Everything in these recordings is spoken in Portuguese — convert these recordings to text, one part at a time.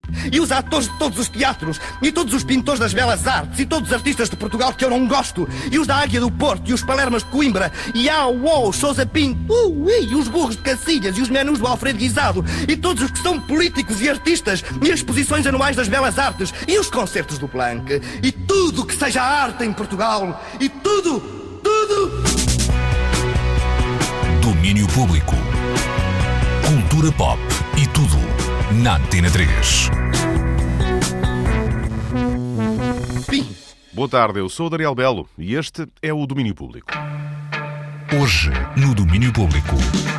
E os atores de todos os teatros, e todos os pintores das belas artes, e todos os artistas de Portugal que eu não gosto, e os da Águia do Porto, e os Palermas de Coimbra, e os Sousa Pinto, e os burros de Cacilhas, e os menus do Alfredo Guisado, e todos os que são políticos e artistas, e as exposições anuais das belas artes, e os concertos do Planck, e tudo que seja arte em Portugal, e tudo. Domínio Público. Cultura pop e tudo na Antena 3. Fim. Boa tarde, eu sou o Daniel Belo e este é o Domínio Público. Hoje, no Domínio Público.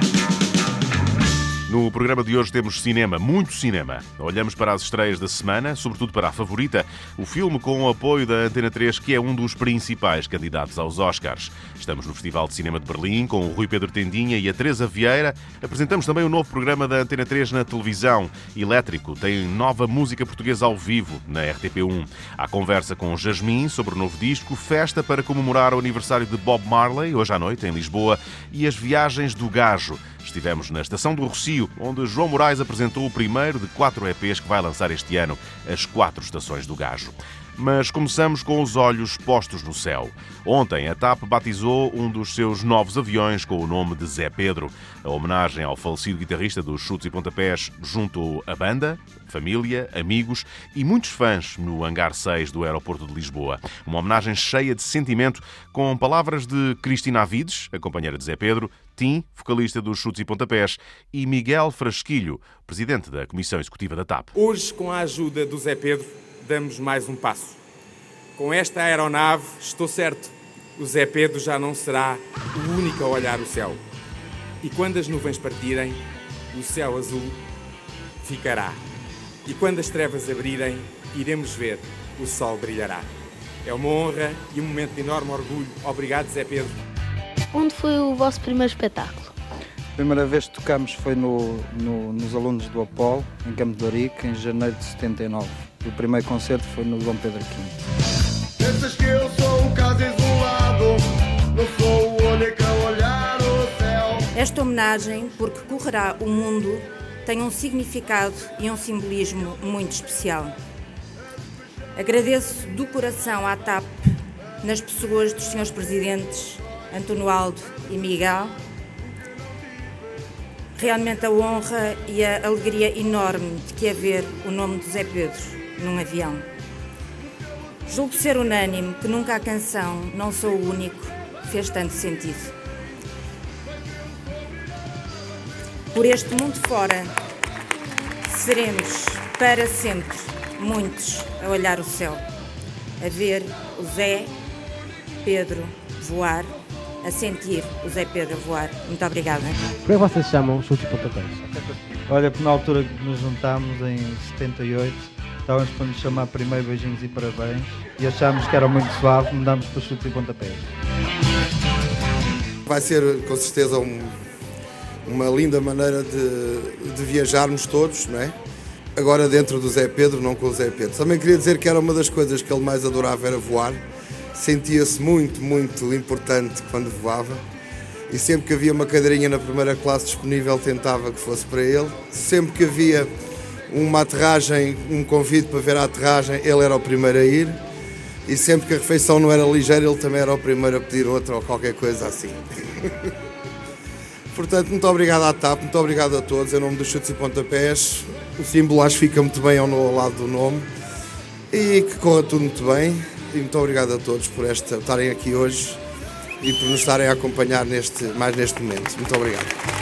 No programa de hoje temos cinema, muito cinema. Olhamos para as estreias da semana, sobretudo para a favorita, o filme com o apoio da Antena 3, que é um dos principais candidatos aos Oscars. Estamos no Festival de Cinema de Berlim, com o Rui Pedro Tendinha e a Teresa Vieira. Apresentamos também o novo programa da Antena 3 na televisão. Elétrico tem nova música portuguesa ao vivo na RTP1. Há conversa com Jasmine sobre o novo disco, festa para comemorar o aniversário de Bob Marley, hoje à noite, em Lisboa, e as viagens do Gajo. Estivemos na Estação do Rossio, onde João Moraes apresentou o primeiro de 4 EPs que vai lançar este ano, As 4 Estações do Gajo. Mas começamos com os olhos postos no céu. Ontem, a TAP batizou um dos seus novos aviões com o nome de Zé Pedro. A homenagem ao falecido guitarrista dos Chutes e Pontapés juntou a banda, família, amigos e muitos fãs no Hangar 6 do aeroporto de Lisboa. Uma homenagem cheia de sentimento, com palavras de Cristina Avides, a companheira de Zé Pedro, Tim, vocalista dos Chutes e Pontapés, e Miguel Frasquilho, presidente da Comissão Executiva da TAP. Hoje, com a ajuda do Zé Pedro, damos mais um passo. Com esta aeronave, estou certo, o Zé Pedro já não será o único a olhar o céu. E quando as nuvens partirem, o céu azul ficará. E quando as trevas abrirem, iremos ver, o sol brilhará. É uma honra e um momento de enorme orgulho. Obrigado, Zé Pedro. Onde foi o vosso primeiro espetáculo? A primeira vez que tocamos foi nos alunos do Apolo, em Campo de Ourique, em janeiro de 79. O primeiro concerto foi no Dom Pedro V. Pensas que eu sou um caso isolado, não sou o único a olhar o céu. Esta homenagem, porque correrá o mundo, tem um significado e um simbolismo muito especial. Agradeço do coração à TAP, nas pessoas dos senhores presidentes António Aldo e Miguel, realmente a honra e a alegria enorme de que é ver o nome de Zé Pedro num avião. Julgo ser unânime que nunca a canção Não Sou o Único fez tanto sentido. Por este mundo fora, seremos para sempre muitos a olhar o céu, a ver o Zé Pedro voar, a sentir o Zé Pedro voar. Muito obrigada. Como é que vocês chamam os Chutes e Pontapés? Olha, na altura que nos juntámos, em 78, estávamos para nos chamar primeiro Beijinhos e Parabéns e achámos que era muito suave, mudámos para Chutes e Pontapés. Vai ser, com certeza, uma linda maneira de viajarmos todos, não é? Agora dentro do Zé Pedro, não com o Zé Pedro. Também queria dizer que era uma das coisas que ele mais adorava, era voar. Sentia-se muito, muito importante quando voava. E sempre que havia uma cadeirinha na primeira classe disponível, tentava que fosse para ele. Sempre que havia uma aterragem, um convite para ver a aterragem, ele era o primeiro a ir. E sempre que a refeição não era ligeira, ele também era o primeiro a pedir outra ou qualquer coisa assim. Portanto, muito obrigado à TAP, muito obrigado a todos. Em nome dos Chutes e Pontapés, o símbolo acho que fica muito bem ao lado do nome. E que corra tudo muito bem. E muito obrigado a todos por estarem aqui hoje e por nos estarem a acompanhar mais neste momento. Muito obrigado.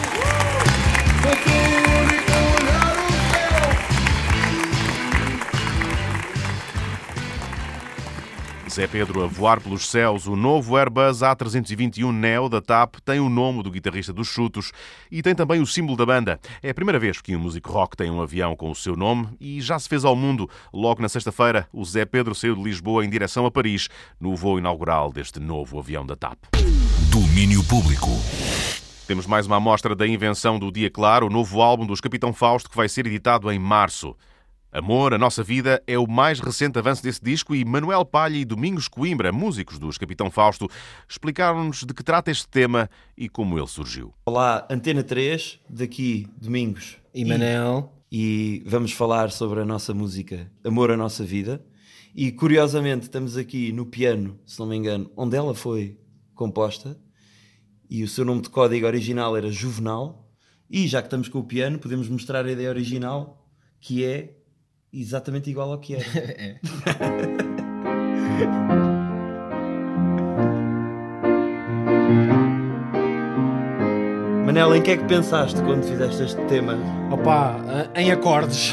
Zé Pedro a voar pelos céus, o novo Airbus A321 Neo da TAP tem o nome do guitarrista dos Chutos e tem também o símbolo da banda. É a primeira vez que um músico rock tem um avião com o seu nome e já se fez ao mundo. Logo na sexta-feira, o Zé Pedro saiu de Lisboa em direção a Paris, no voo inaugural deste novo avião da TAP. Domínio Público. Temos mais uma amostra da invenção do Dia Claro, o novo álbum dos Capitão Fausto que vai ser editado em março. Amor, a Nossa Vida é o mais recente avanço desse disco e Manuel Palha e Domingos Coimbra, músicos dos Capitão Fausto, explicaram-nos de que trata este tema e como ele surgiu. Olá, Antena 3, daqui Domingos e Manel. e vamos falar sobre a nossa música Amor à Nossa Vida. E curiosamente estamos aqui no piano, se não me engano, onde ela foi composta, e o seu nome de código original era Juvenal. E já que estamos com o piano, podemos mostrar a ideia original, que é exatamente igual ao que era. É. Manel, em que é que pensaste quando fizeste este tema? Opa, em acordes.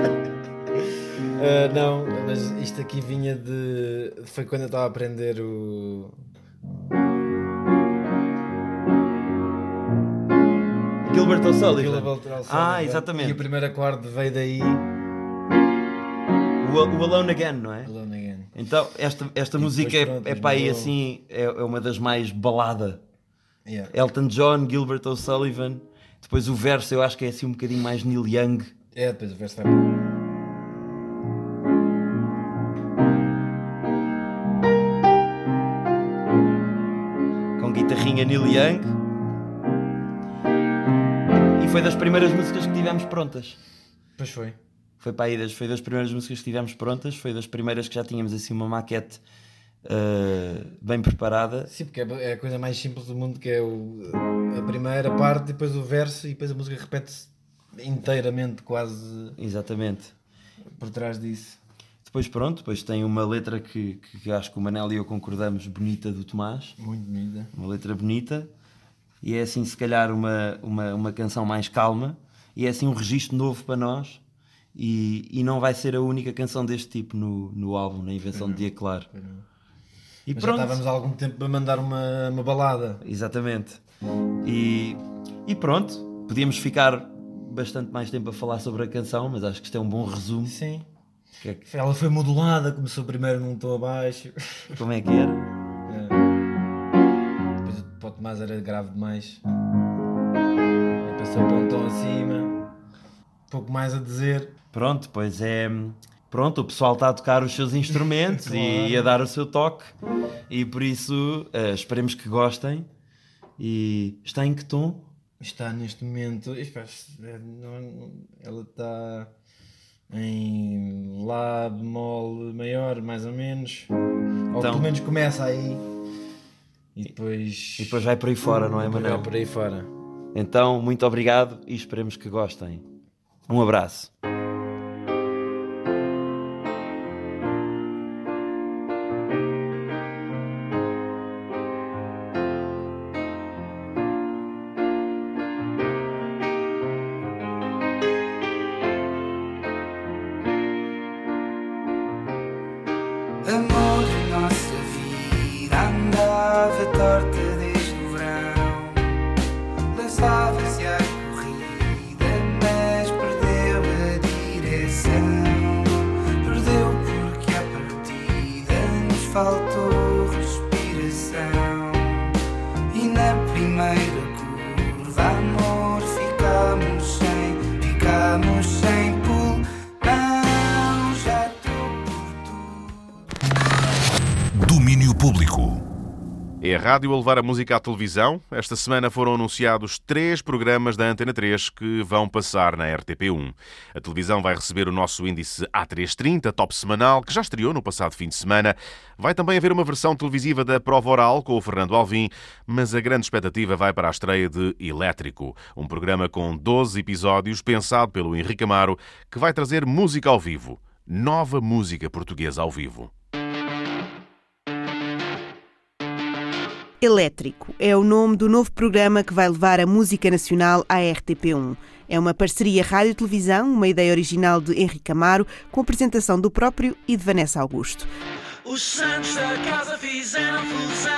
Não, mas isto aqui vinha de... Foi quando eu estava a aprender o... Gilbert O'Sullivan. Exatamente. E o primeiro acorde veio daí. O Alone Again, não é? Alone Again. Então, esta música é para aí assim, é uma das mais balada. Yeah. Elton John, Gilbert O'Sullivan. Depois o verso eu acho que é assim um bocadinho mais Neil Young. É, depois o verso vai... Com guitarrinha Neil Young. E foi das primeiras músicas que tivemos prontas. Pois foi. Foi das primeiras músicas que tivemos prontas. Foi das primeiras que já tínhamos assim uma maquete bem preparada. Sim, porque é a coisa mais simples do mundo, que é a primeira parte, depois o verso, e depois a música repete-se inteiramente, quase. Exatamente. Por trás disso. Depois tem uma letra que acho que o Manel e eu concordamos, bonita, do Tomás. Muito bonita. Uma letra bonita. E é assim, se calhar, uma canção mais calma. E é assim um registro novo para nós. E não vai ser a única canção deste tipo no álbum, na Invenção de Dia Claro. E mas pronto. Já estávamos há algum tempo para mandar uma balada. Exatamente. E pronto, podíamos ficar bastante mais tempo a falar sobre a canção, mas acho que isto é um bom resumo. Sim. Ela foi modulada, começou primeiro num tom abaixo. Como é que era? Depois o Pó Tomás era grave demais. E passou para um tom acima. Um pouco mais a dizer. Pronto, pois é... Pronto, o pessoal está a tocar os seus instrumentos claro. E a dar o seu toque. E por isso, esperemos que gostem. E está em que tom? Está neste momento... Ela está em Lá bemol maior, mais ou menos. Ou pelo menos começa aí. E depois vai por aí fora, não é, Manel? Vai por aí fora. Então, muito obrigado e esperemos que gostem. Um abraço. Faltou respiração e na primeira curva, amor, ficamos sem pulmão. Já estou por tudo. Domínio Público. É a rádio a levar a música à televisão. Esta semana foram anunciados 3 programas da Antena 3 que vão passar na RTP1. A televisão vai receber o nosso índice A330, top semanal, que já estreou no passado fim de semana. Vai também haver uma versão televisiva da Prova Oral com o Fernando Alvim, mas a grande expectativa vai para a estreia de Elétrico, um programa com 12 episódios pensado pelo Henrique Amaro, que vai trazer música ao vivo. Nova música portuguesa ao vivo. Elétrico é o nome do novo programa que vai levar a música nacional à RTP1. É uma parceria rádio-televisão, uma ideia original de Henrique Amaro, com apresentação do próprio e de Vanessa Augusto. Os santos da casa fizeram fusão.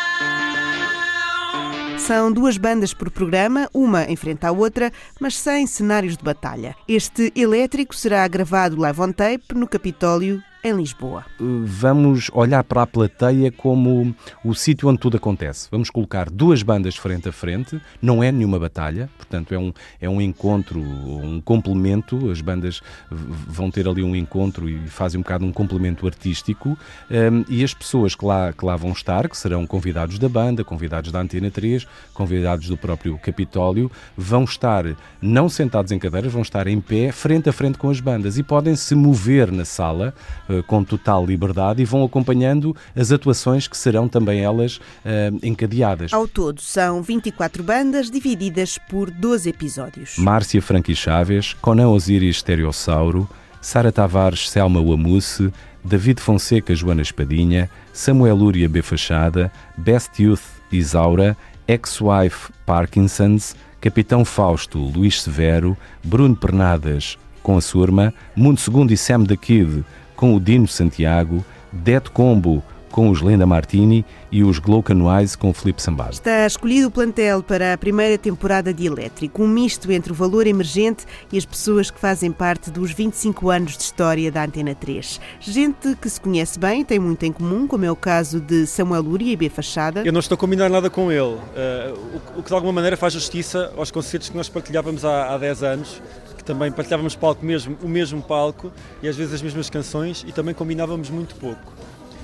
São 2 bandas por programa, uma em frente à outra, mas sem cenários de batalha. Este Elétrico será gravado live on tape no Capitólio, em Lisboa. Vamos olhar para a plateia como o sítio onde tudo acontece. Vamos colocar 2 bandas frente a frente, não é nenhuma batalha, portanto é um encontro, um complemento, as bandas vão ter ali um encontro e fazem um bocado um complemento artístico, e as pessoas que lá vão estar, que serão convidados da banda, convidados da Antena 3, convidados do próprio Capitólio, vão estar não sentados em cadeiras, vão estar em pé, frente a frente com as bandas, e podem se mover na sala com total liberdade e vão acompanhando as atuações que serão também elas encadeadas. Ao todo são 24 bandas divididas por 12 episódios. Márcia Franqui Chaves, Conan Osiris Stereossauro, Sara Tavares Selma Wamusse, David Fonseca Joana Espadinha, Samuel Lúria B. Fachada, Best Youth Isaura, Ex-Wife Parkinson's, Capitão Fausto Luís Severo, Bruno Pernadas com a Surma, Mundo Segundo e Sam the Kid com o Dino Santiago, Dead Combo com os Linda Martini e os Glaucanoise com o Filipe Sambado. Está escolhido o plantel para a primeira temporada de Elétrico, um misto entre o valor emergente e as pessoas que fazem parte dos 25 anos de história da Antena 3. Gente que se conhece bem, tem muito em comum, como é o caso de Samuel Lúria e B. Fachada. Eu não estou a combinar nada com ele, o que de alguma maneira faz justiça aos concertos que nós partilhávamos há 10 anos, que também partilhávamos palco mesmo, o mesmo palco e às vezes as mesmas canções, e também combinávamos muito pouco.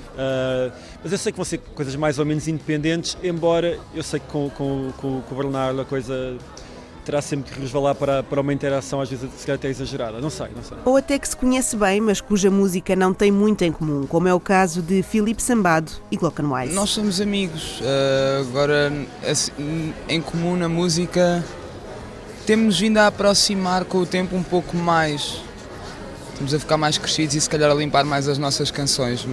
Mas eu sei que vão ser coisas mais ou menos independentes, embora eu sei que com o Bernardo a coisa terá sempre que resvalar para uma interação às vezes se calhar até exagerada, não sei. Ou até que se conhece bem, mas cuja música não tem muito em comum, como é o caso de Filipe Sambado e Glaucanoise. Nós somos amigos, agora em comum na música temos vindo a aproximar com o tempo um pouco mais. Estamos a ficar mais crescidos e se calhar a limpar mais as nossas canções,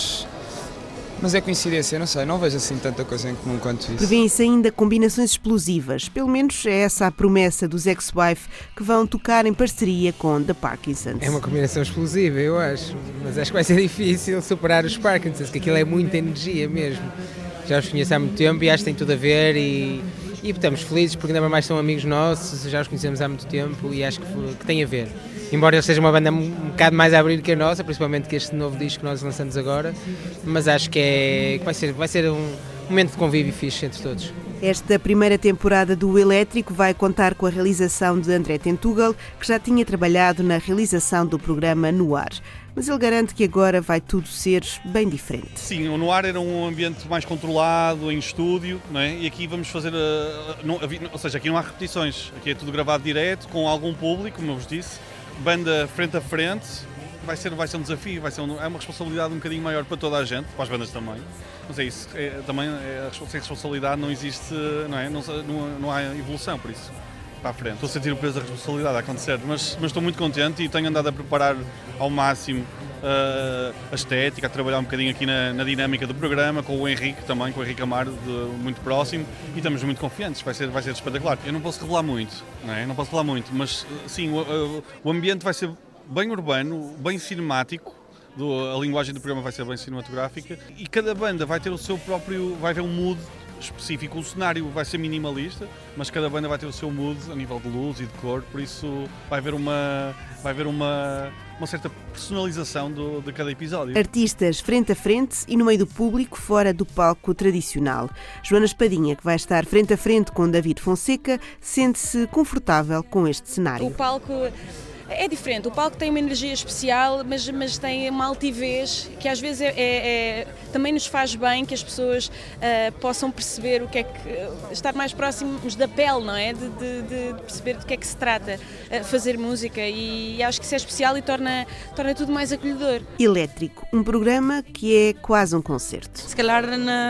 mas é coincidência, não sei, não vejo assim tanta coisa em comum quanto isso. Prevêem-se ainda combinações explosivas, pelo menos é essa a promessa dos Ex-Wife, que vão tocar em parceria com The Parkinsons. É uma combinação explosiva, eu acho, mas acho que vai ser difícil superar os Parkinsons, que aquilo é muita energia mesmo. Já os conheço há muito tempo e acho que tem tudo a ver e estamos felizes porque ainda mais são amigos nossos, já os conhecemos há muito tempo e acho que tem a ver. Embora eles sejam uma banda um bocado mais a abrir que a nossa, principalmente que este novo disco que nós lançamos agora, mas acho que vai ser um momento de convívio fixe entre todos. Esta primeira temporada do Elétrico vai contar com a realização de André Tentugal, que já tinha trabalhado na realização do programa No Ar. Mas ele garante que agora vai tudo ser bem diferente. Sim, o No Ar era um ambiente mais controlado, em estúdio, não é? E aqui vamos fazer, ou seja, aqui não há repetições, aqui é tudo gravado direto, com algum público, como eu vos disse, banda frente a frente, vai ser um desafio, é uma responsabilidade um bocadinho maior para toda a gente, para as bandas também. Mas é isso, também sem responsabilidade não existe, não é? Não há evolução, por isso, para a frente. Estou a sentir o peso da responsabilidade a acontecer, mas estou muito contente e tenho andado a preparar ao máximo a estética, a trabalhar um bocadinho aqui na dinâmica do programa, com o Henrique também, com o Henrique Amaro, muito próximo, e estamos muito confiantes, vai ser espetacular. Eu não posso revelar muito, não é? Não posso revelar muito, mas sim, o ambiente vai ser bem urbano, bem cinemático, a linguagem do programa vai ser bem cinematográfica, e cada banda vai ter o seu próprio, vai haver um mood específico. O cenário vai ser minimalista, mas cada banda vai ter o seu mood a nível de luz e de cor, por isso vai haver uma certa personalização de cada episódio. Artistas frente a frente e no meio do público, fora do palco tradicional. Joana Espadinha, que vai estar frente a frente com David Fonseca, sente-se confortável com este cenário. O palco é diferente, o palco tem uma energia especial, mas tem uma altivez que às vezes também nos faz bem que as pessoas possam perceber o que é que estar mais próximos da pele, não é? De perceber do que é que se trata fazer música, e acho que isso é especial e torna tudo mais acolhedor. Elétrico, um programa que é quase um concerto. Se calhar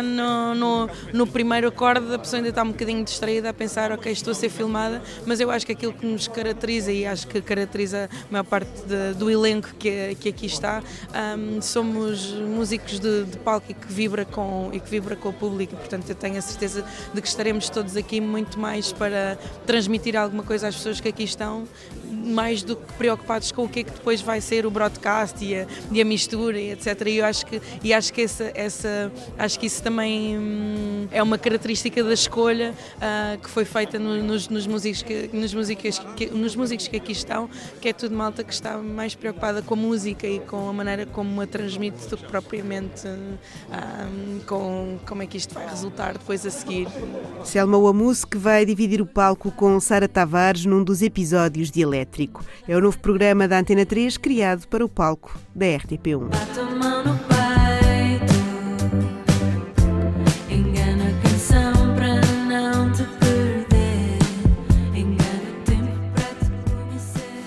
no primeiro acorde a pessoa ainda está um bocadinho distraída a pensar, ok, estou a ser filmada, mas eu acho que aquilo que nos caracteriza, e acho que caracteriza a maior parte do elenco que aqui está, somos músicos de palco e que vibra com o público, portanto eu tenho a certeza de que estaremos todos aqui muito mais para transmitir alguma coisa às pessoas que aqui estão mais do que preocupados com o que é que depois vai ser o broadcast e a mistura e etc. E eu acho que acho que isso também é uma característica da escolha que foi feita nos músicos que aqui estão, que é tudo malta que está mais preocupada com a música e com a maneira como a transmite do que propriamente com como é que isto vai resultar depois a seguir. Selma Wamus, que vai dividir o palco com Sara Tavares num dos episódios de Elétrico. É o novo programa da Antena 3 criado para o palco da RTP1. Engana a canção para não te perder. Engana o tempo para te conhecer.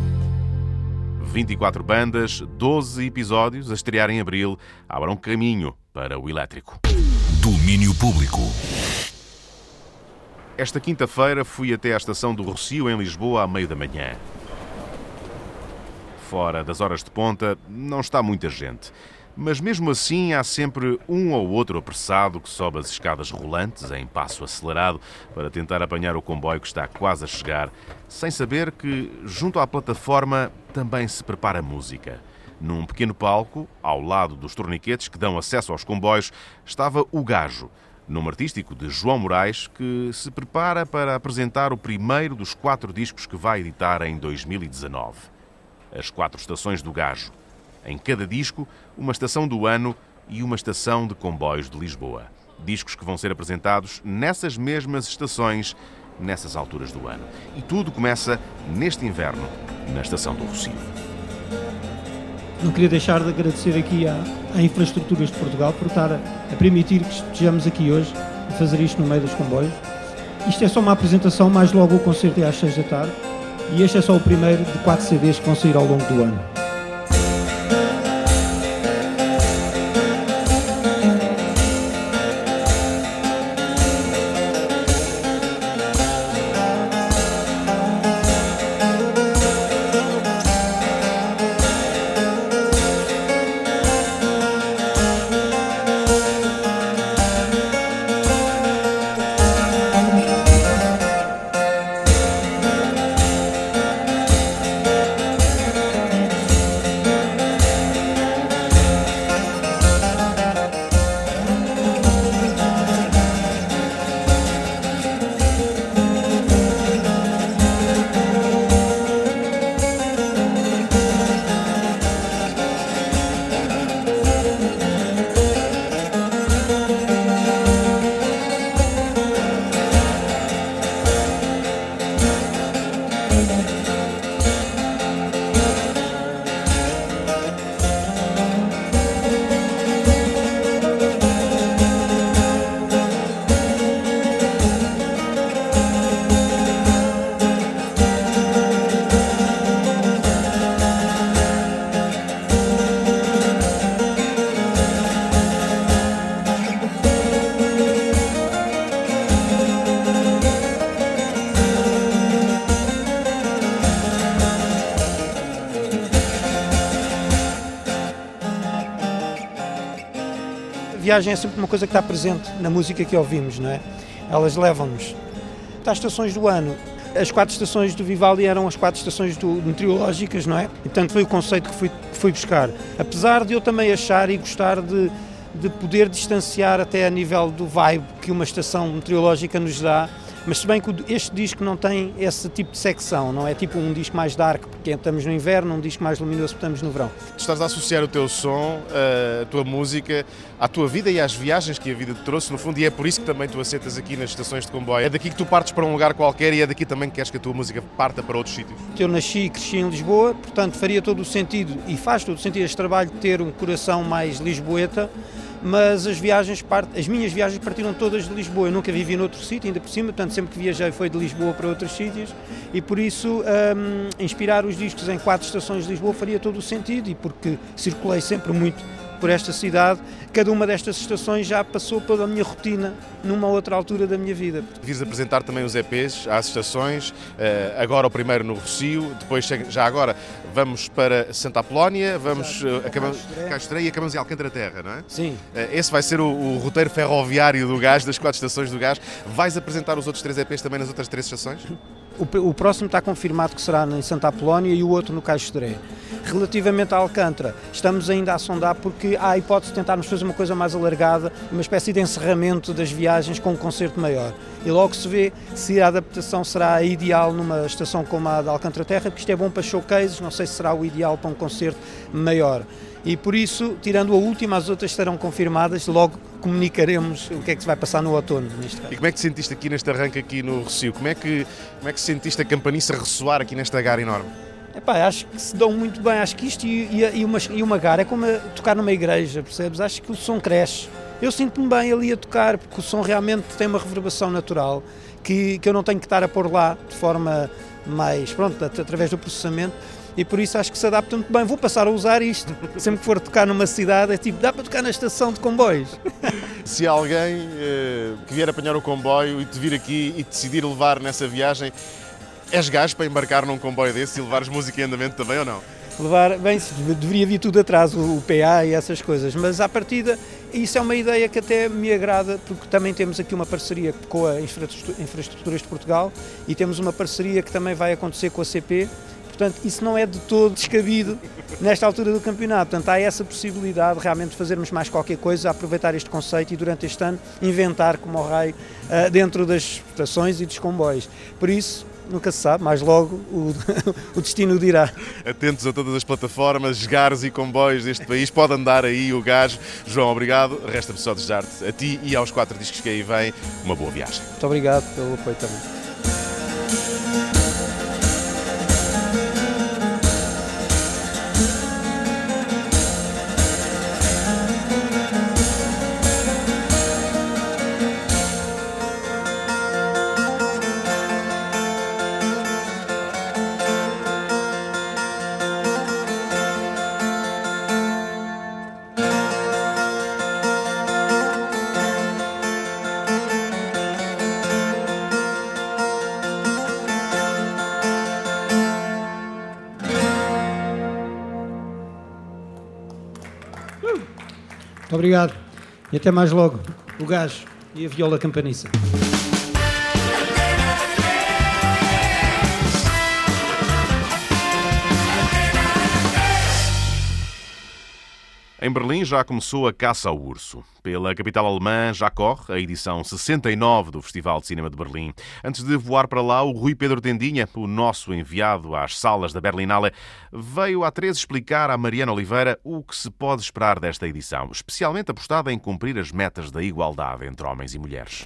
24 bandas, 12 episódios a estrear em abril. Abram caminho para o Elétrico. Domínio Público. Esta quinta-feira fui até à estação do Rossio, em Lisboa, à meio da manhã. Fora das horas de ponta, não está muita gente. Mas mesmo assim há sempre um ou outro apressado que sobe as escadas rolantes em passo acelerado para tentar apanhar o comboio que está quase a chegar, sem saber que, junto à plataforma, também se prepara música. Num pequeno palco, ao lado dos torniquetes que dão acesso aos comboios, estava o Gajo, nome artístico de João Moraes, que se prepara para apresentar o primeiro dos 4 discos que vai editar em 2019. As 4 estações do Gajo. Em cada disco, uma estação do ano e uma estação de comboios de Lisboa. Discos que vão ser apresentados nessas mesmas estações, nessas alturas do ano. E tudo começa neste inverno, na estação do Rossio. Não queria deixar de agradecer aqui à Infraestruturas de Portugal por estar a permitir que estejamos aqui hoje a fazer isto no meio dos comboios. Isto é só uma apresentação, mais logo o concerto é às 6 da tarde e este é só o primeiro de 4 CDs que vão sair ao longo do ano. A viagem é sempre uma coisa que está presente na música que ouvimos, não é? Elas levam-nos às estações do ano. As 4 estações do Vivaldi eram as 4 estações meteorológicas, não é? E, portanto, foi o conceito que fui buscar. Apesar de eu também achar e gostar de poder distanciar até a nível do vibe que uma estação meteorológica nos dá, mas se bem que este disco não tem esse tipo de secção, não é tipo um disco mais dark, porque estamos no inverno, um disco mais luminoso, porque estamos no verão. Tu estás a associar o teu som, a tua música, à tua vida e às viagens que a vida te trouxe, no fundo, e é por isso que também tu assentas aqui nas estações de comboio. É daqui que tu partes para um lugar qualquer e é daqui também que queres que a tua música parta para outros sítios. Eu nasci e cresci em Lisboa, portanto faria todo o sentido, e faz todo o sentido este trabalho de ter um coração mais lisboeta, mas as minhas viagens partiram todas de Lisboa. Eu nunca vivi noutro sítio, ainda por cima, portanto sempre que viajei foi de Lisboa para outros sítios e por isso inspirar os discos em 4 estações de Lisboa faria todo o sentido, e porque circulei sempre muito por esta cidade, cada uma destas estações já passou pela minha rotina numa outra altura da minha vida. Vis apresentar também os EPs às estações, agora o primeiro no Rossio, depois já agora vamos para Santa Apolónia, acabamos Castreia e acabamos em Alcântara Terra, não é? Sim. Esse vai ser o roteiro ferroviário do Gás, das 4 estações do Gás. Vais apresentar os outros 3 EPs também nas outras 3 estações? O próximo está confirmado que será em Santa Apolónia e o outro no Caixo de Dré. Relativamente a Alcântara, estamos ainda a sondar porque há a hipótese de tentarmos fazer uma coisa mais alargada, uma espécie de encerramento das viagens com um concerto maior. E logo se vê se a adaptação será ideal numa estação como a de Alcântara Terra, porque isto é bom para showcases, não sei se será o ideal para um concerto maior. E por isso, tirando a última, as outras estarão confirmadas, logo comunicaremos o que é que se vai passar no outono. Neste caso. E como é que te sentiste aqui neste arranque aqui no Rossio? Como é que sentiste a campaniça ressoar aqui neste agar enorme? Epá, acho que se dão muito bem, acho que isto e uma agar é como tocar numa igreja, percebes? Acho que o som cresce. Eu sinto-me bem ali a tocar, porque o som realmente tem uma reverberação natural que eu não tenho que estar a pôr lá de forma mais, pronto, através do processamento. E por isso acho que se adapta muito bem. Vou passar a usar isto. Sempre que for tocar numa cidade, é tipo, dá para tocar na estação de comboios. Se alguém que vier apanhar o comboio e te vir aqui e decidir levar nessa viagem, és gajo para embarcar num comboio desse e levares música em andamento também ou não? Bem, deveria vir tudo atrás, o PA e essas coisas, mas à partida isso é uma ideia que até me agrada, porque também temos aqui uma parceria com a Infraestruturas de Portugal e temos uma parceria que também vai acontecer com a CP. Portanto, isso não é de todo descabido nesta altura do campeonato. Portanto, há essa possibilidade de realmente fazermos mais qualquer coisa, aproveitar este conceito e durante este ano inventar como ao raio dentro das estações e dos comboios. Por isso, nunca se sabe, mais logo o destino dirá. Atentos a todas as plataformas, gares e comboios deste país, pode andar aí o gajo. João, obrigado. Resta-me só desejar-te, a ti e aos 4 discos que aí vêm, uma boa viagem. Muito obrigado pelo apoio também. Muito obrigado. E até mais logo. O gajo e a viola campaniça. Em Berlim já começou a caça ao urso. Pela capital alemã já corre a edição 69 do Festival de Cinema de Berlim. Antes de voar para lá, o Rui Pedro Tendinha, o nosso enviado às salas da Berlinale, veio à 13 explicar à Mariana Oliveira o que se pode esperar desta edição, especialmente apostada em cumprir as metas da igualdade entre homens e mulheres.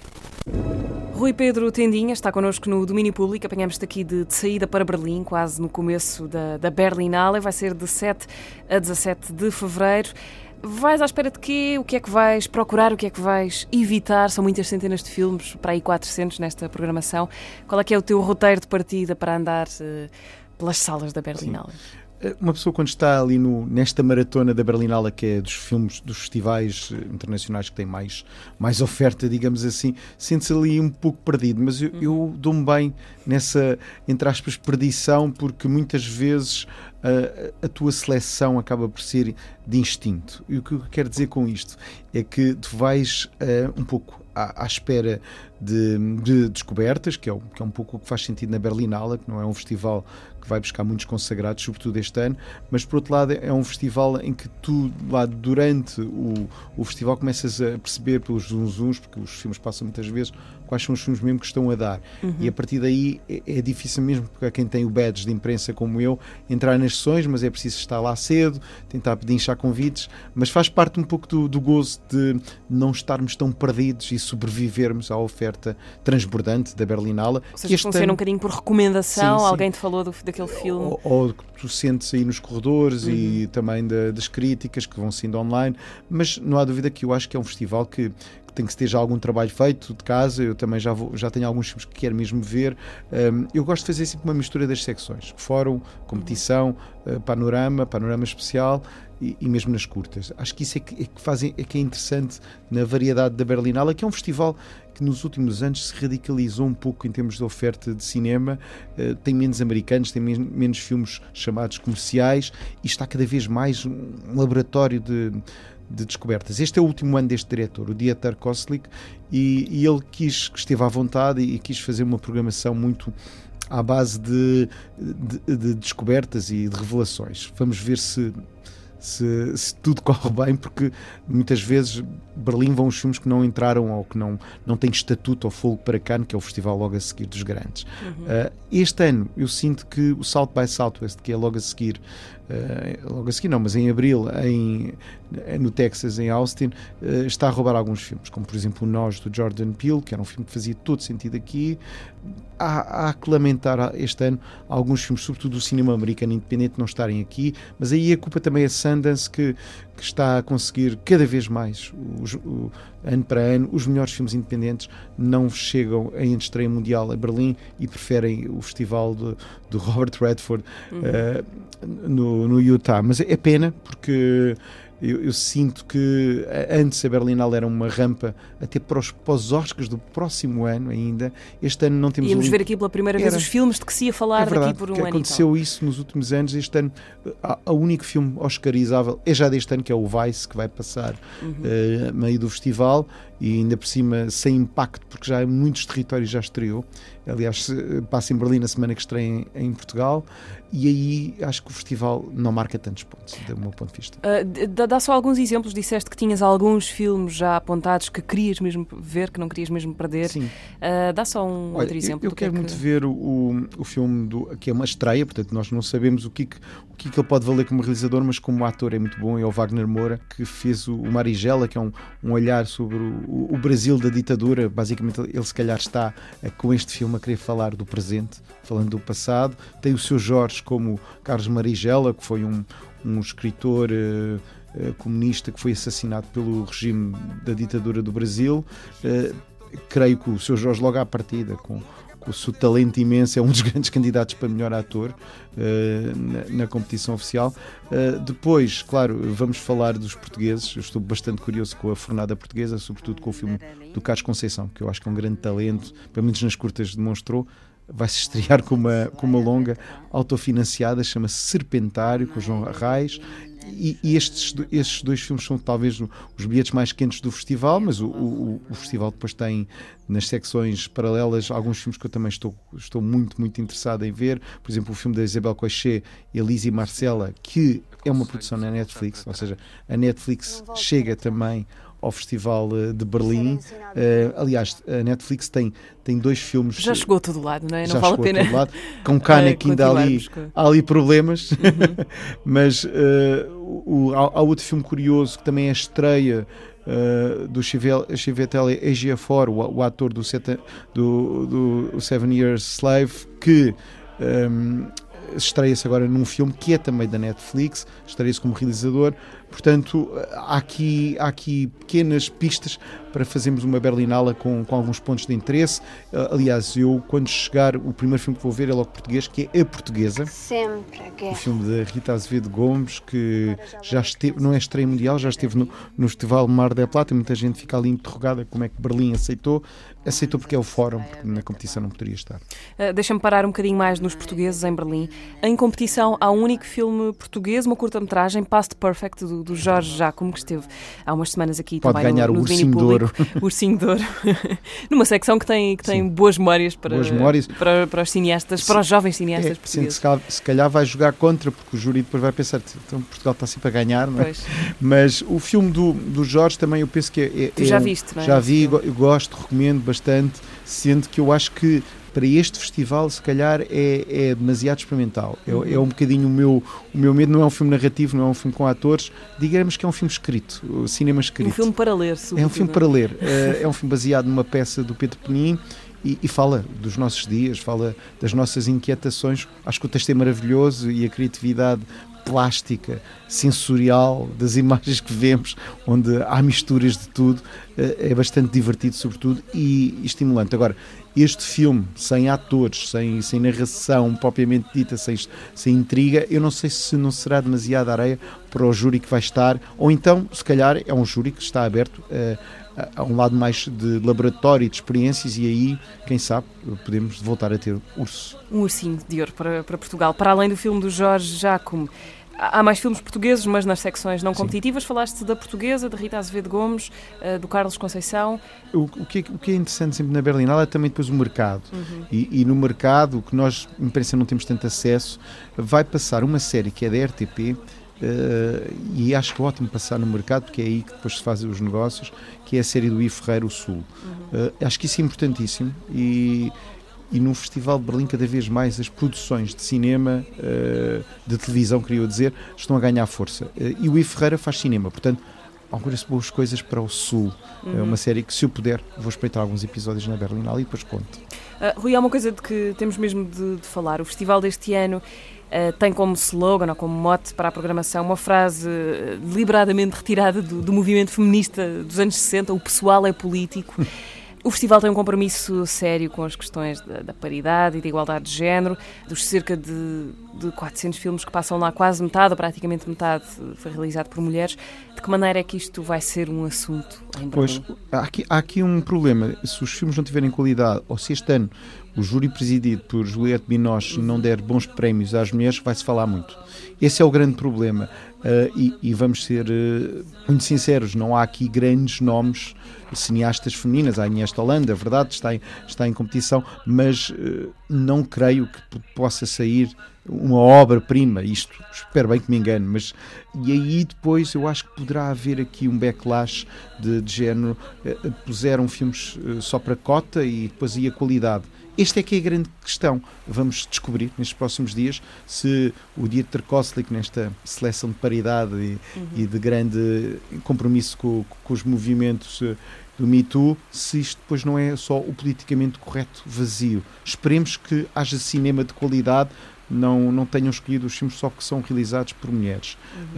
Rui Pedro Tendinha está connosco no Domínio Público. Apanhamos-te aqui de saída para Berlim, quase no começo da Berlinale. Vai ser de 7 a 17 de fevereiro. Vais à espera de quê? O que é que vais procurar? O que é que vais evitar? São muitas centenas de filmes, para aí 400 nesta programação. Qual é que é o teu roteiro de partida para andar pelas salas da Berlinale? Uma pessoa, quando está ali nesta maratona da Berlinale, que é dos filmes, dos festivais internacionais que têm mais oferta, digamos assim, sente-se ali um pouco perdido, mas eu dou-me bem nessa, entre aspas, perdição, porque muitas vezes a tua seleção acaba por ser de instinto. E o que eu quero dizer com isto é que tu vais um pouco à espera de descobertas, que é um pouco o que faz sentido na Berlinale, que não é um festival que vai buscar muitos consagrados, sobretudo este ano, mas por outro lado é um festival em que tu, lá durante o festival, começas a perceber pelos zunzuns, porque os filmes passam muitas vezes, quais são os filmes mesmo que estão a dar. E a partir daí é difícil mesmo para quem tem o badge de imprensa como eu entrar nas sessões, mas é preciso estar lá cedo, tentar pedinchar convites, mas faz parte um pouco do gozo de não estarmos tão perdidos e sobrevivermos à oferta transbordante da Berlinale. Ou seja, funciona um bocadinho por recomendação, sim. Alguém te falou daquele filme. Ou que tu sentes aí nos corredores e também das críticas que vão sendo online, mas não há dúvida que eu acho que é um festival que tem que ter já algum trabalho feito de casa. Eu também já tenho alguns filmes que quero mesmo ver. Eu gosto de fazer sempre uma mistura das secções: fórum, competição, panorama especial e mesmo nas curtas. Acho que isso é que é interessante na variedade da Berlinale, que é um festival que nos últimos anos se radicalizou um pouco em termos de oferta de cinema, tem menos americanos, tem menos filmes chamados comerciais e está cada vez mais um laboratório de de descobertas. Este é o último ano deste diretor, o Dieter Kostlik, e ele esteve à vontade e quis fazer uma programação muito à base de descobertas e de revelações. Vamos ver se tudo corre bem, porque muitas vezes Berlim vão os filmes que não entraram ou que não têm estatuto ou fogo para Cannes, que é o festival logo a seguir dos grandes. Este ano eu sinto que o South by Southwest, que é logo a seguir não, mas em abril no Texas, em Austin, está a roubar alguns filmes, como por exemplo o Nós, do Jordan Peele, que era um filme que fazia todo sentido aqui. Há que lamentar este ano alguns filmes, sobretudo do cinema americano independente, não estarem aqui, mas aí a culpa também é Sundance, que está a conseguir cada vez mais, ano para ano, os melhores filmes independentes não chegam em estreia mundial a Berlim e preferem o festival do Robert Redford no Utah. Mas é pena, porque eu sinto que antes a Berlinale era uma rampa até para os Oscars do próximo ano ainda. Este ano não temos... Íamos ver aqui pela primeira vez os filmes de que se ia falar daqui por um ano. Aconteceu isso nos últimos anos. Este ano o único filme oscarizável é já deste ano, que é o Vice, que vai passar meio do festival, e ainda por cima sem impacto, porque já em muitos territórios já estreou. Aliás, passa em Berlim na semana que estreia em Portugal, e aí acho que o festival não marca tantos pontos, do meu ponto de vista. Dá só alguns exemplos. Disseste que tinhas alguns filmes já apontados que querias mesmo ver, que não querias mesmo perder. Sim. Dá só outro exemplo. Eu quero muito ver o filme que é uma estreia, portanto nós não sabemos o que ele pode valer como realizador, mas como ator é muito bom. É o Wagner Moura, que fez o Marighella, que é um olhar sobre o Brasil da ditadura. Basicamente ele se calhar está com este filme a querer falar do presente, falando do passado. Tem o seu Jorge como Carlos Marighella, que foi um escritor comunista que foi assassinado pelo regime da ditadura do Brasil. Creio que o seu Jorge, logo à partida, com o seu talento imenso, é um dos grandes candidatos para melhor ator na competição oficial. Depois, claro, vamos falar dos portugueses. Eu estou bastante curioso com a Fornada Portuguesa, sobretudo com o filme do Carlos Conceição, que eu acho que é um grande talento, pelo menos nas curtas demonstrou. Vai-se estrear com uma longa autofinanciada, chama-se Serpentário, com o João Arraes. E estes dois filmes são talvez os bilhetes mais quentes do festival, mas o festival depois tem nas secções paralelas alguns filmes que eu também estou muito, muito interessado em ver. Por exemplo, o filme da Isabel Coixet, Elise e Marcela, que é uma produção na Netflix, ou seja, a Netflix chega também ao Festival de Berlim. Aliás, a Netflix tem dois filmes... Já chegou a todo lado, não é? Não vale a pena... Todo lado. Com Cannes que ainda há ali problemas. Mas há outro filme curioso que também é a estreia do Chiwetel Ejiofor, o ator do Seven Years Slave, que estreia-se agora num filme que é também da Netflix, estreia-se como realizador. Portanto, há aqui pequenas pistas para fazermos uma Berlinale com alguns pontos de interesse. Aliás, eu, quando chegar, o primeiro filme que vou ver é logo português, que é A Portuguesa. Sempre a guerra. O filme da Rita Azevedo Gomes, que já esteve, não é estreia mundial, já esteve no Festival Mar del Plata. Muita gente fica ali interrogada como é que Berlim aceitou. Aceitou porque é o fórum, porque na competição não poderia estar. Deixa-me parar um bocadinho mais nos portugueses em Berlim. Em competição há um único filme português, uma curta-metragem, Past Perfect, do Jorge Jacome, que esteve há umas semanas aqui pode também ganhar no o Ursinho de Ouro. O Ursinho de Ouro. Numa secção que tem boas memórias para os cineastas, para os jovens cineastas portugueses. Se calhar vai jogar contra, porque o júri depois vai pensar, então Portugal está sempre a ganhar, não é? Pois. Mas o filme do Jorge também eu penso que Tu já viste, não é? Já vi, eu gosto, recomendo bastante, sendo que eu acho que para este festival, se calhar, é demasiado experimental. É um bocadinho o meu medo. Não é um filme narrativo, não é um filme com atores. Digamos que é um filme escrito, cinema escrito. Um filme para ler, É um filme para ler. É um filme baseado numa peça do Pedro Penin e fala dos nossos dias, fala das nossas inquietações. Acho que o texto é maravilhoso e a criatividade plástica, sensorial das imagens que vemos, onde há misturas de tudo, é bastante divertido, sobretudo, e estimulante. Agora, este filme, sem atores, sem narração propriamente dita, sem intriga, eu não sei se não será demasiada areia para o júri que vai estar, ou então, se calhar, é um júri que está aberto a um lado mais de laboratório e de experiências, e aí, quem sabe, podemos voltar a ter Urso. Um Ursinho de Ouro para Portugal. Para além do filme do Jorge Jacome, Há mais filmes portugueses, mas nas secções não competitivas. Falaste da Portuguesa, de Rita Azevedo Gomes, do Carlos Conceição. O que é interessante sempre na Berlinale é também depois o mercado. E no mercado, o que nós, imprensa, não temos tanto acesso, vai passar uma série que é da RTP, e acho que é ótimo passar no mercado, porque é aí que depois se fazem os negócios, que é a série do I Ferreira, O Sul. Acho que isso é importantíssimo e no Festival de Berlim cada vez mais as produções de cinema, de televisão, queria dizer, estão a ganhar força. E o I Ferreira faz cinema, portanto, algumas boas coisas para o Sul. É uma série que, se eu puder, vou espreitar alguns episódios na Berlinale e depois conto. Rui, há uma coisa de que temos mesmo de falar. O festival deste ano tem como slogan ou como mote para a programação uma frase deliberadamente retirada do movimento feminista dos anos 60, o pessoal é político. O festival tem um compromisso sério com as questões da paridade e da igualdade de género. Dos cerca de 400 filmes que passam lá, quase metade, ou praticamente metade, foi realizado por mulheres. De que maneira é que isto vai ser um assunto em Berlim? Pois, há aqui um problema. Se os filmes não tiverem qualidade, ou se este ano o júri presidido por Juliette Binoche não der bons prémios às mulheres, vai-se falar muito. Esse é o grande problema. E vamos ser muito sinceros, não há aqui grandes nomes cineastas femininas. Há a Inês Holanda, é verdade, está em competição, mas não creio que possa sair uma obra-prima, isto, espero bem que me engane, mas e aí depois eu acho que poderá haver aqui um backlash de género, puseram filmes só para cota e depois ia qualidade. Esta é que é a grande questão. Vamos descobrir nestes próximos dias se o Dieter Koslik, nesta seleção de paridade e de grande compromisso com os movimentos do Me Too, se isto depois não é só o politicamente correto vazio. Esperemos que haja cinema de qualidade, não tenham escolhido os filmes só que são realizados por mulheres.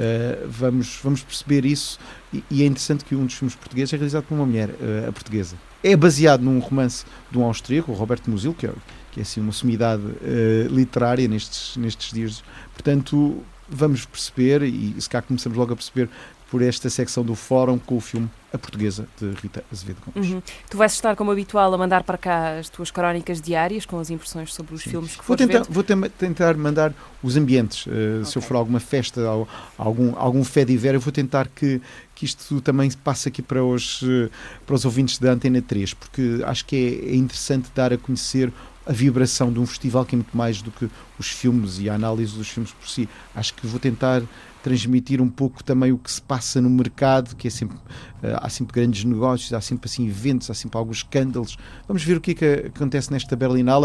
Vamos perceber isso, e é interessante que um dos filmes portugueses é realizado por uma mulher, a portuguesa. É baseado num romance de um austríaco, o Roberto Musil, que é assim uma sumidade literária nestes dias. Portanto, vamos perceber, e se cá começamos logo a perceber por esta secção do Fórum com o filme A Portuguesa, de Rita Azevedo Gomes. Tu vais estar, como habitual, a mandar para cá as tuas crónicas diárias com as impressões sobre os filmes que fores vendo? Vou tentar mandar os ambientes. Se eu for a alguma festa, algum fé de Iver, eu vou tentar que isto também passe aqui para os ouvintes da Antena 3, porque acho que é interessante dar a conhecer a vibração de um festival que é muito mais do que os filmes e a análise dos filmes por si. Acho que vou tentar transmitir um pouco também o que se passa no mercado, que é sempre, há sempre grandes negócios, há sempre assim eventos, há sempre alguns escândalos. Vamos ver o que é que acontece nesta Berlinale,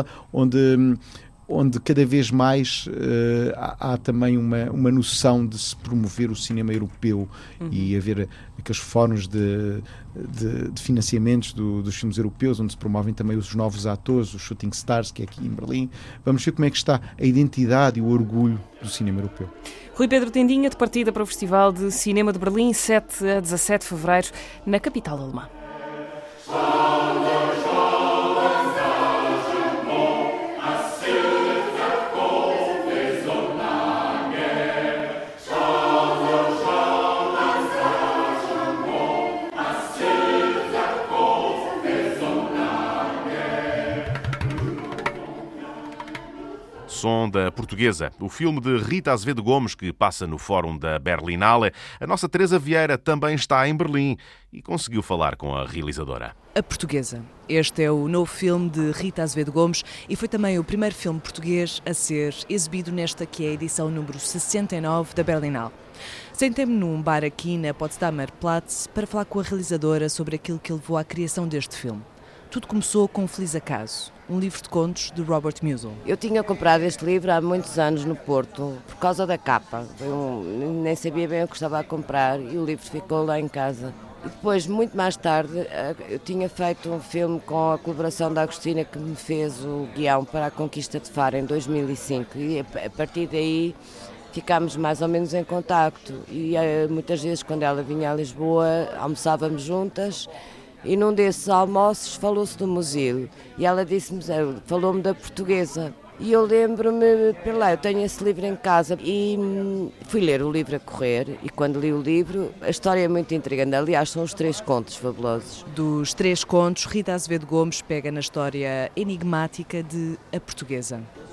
onde cada vez mais há também uma noção de se promover o cinema europeu e haver aqueles fóruns de financiamentos dos filmes europeus, onde se promovem também os novos atores, os Shooting Stars, que é aqui em Berlim. Vamos ver como é que está a identidade e o orgulho do cinema europeu. Rui Pedro Tendinha, de partida para o Festival de Cinema de Berlim, 7 a 17 de fevereiro, na capital alemã. Som da Portuguesa, o filme de Rita Azevedo Gomes que passa no Fórum da Berlinale. A nossa Teresa Vieira também está em Berlim e conseguiu falar com a realizadora. A Portuguesa. Este é o novo filme de Rita Azevedo Gomes e foi também o primeiro filme português a ser exibido nesta que é a edição número 69 da Berlinale. Sentei-me num bar aqui na Potsdamer Platz para falar com a realizadora sobre aquilo que levou à criação deste filme. Tudo começou com um feliz acaso, um livro de contos de Robert Musil. Eu tinha comprado este livro há muitos anos no Porto, por causa da capa. Nem sabia bem o que estava a comprar e o livro ficou lá em casa. E depois, muito mais tarde, eu tinha feito um filme com a colaboração da Agostina, que me fez o guião para a Conquista de Faro em 2005. E a partir daí ficámos mais ou menos em contacto. E muitas vezes, quando ela vinha a Lisboa, almoçávamos juntas. E num desses almoços falou-se do Musil e ela falou-me da Portuguesa. E eu lembro-me, eu tenho esse livro em casa e fui ler o livro a correr e quando li o livro a história é muito intrigante. Aliás, são os 3 contos fabulosos. Dos 3 contos, Rita Azevedo Gomes pega na história enigmática de A Portuguesa.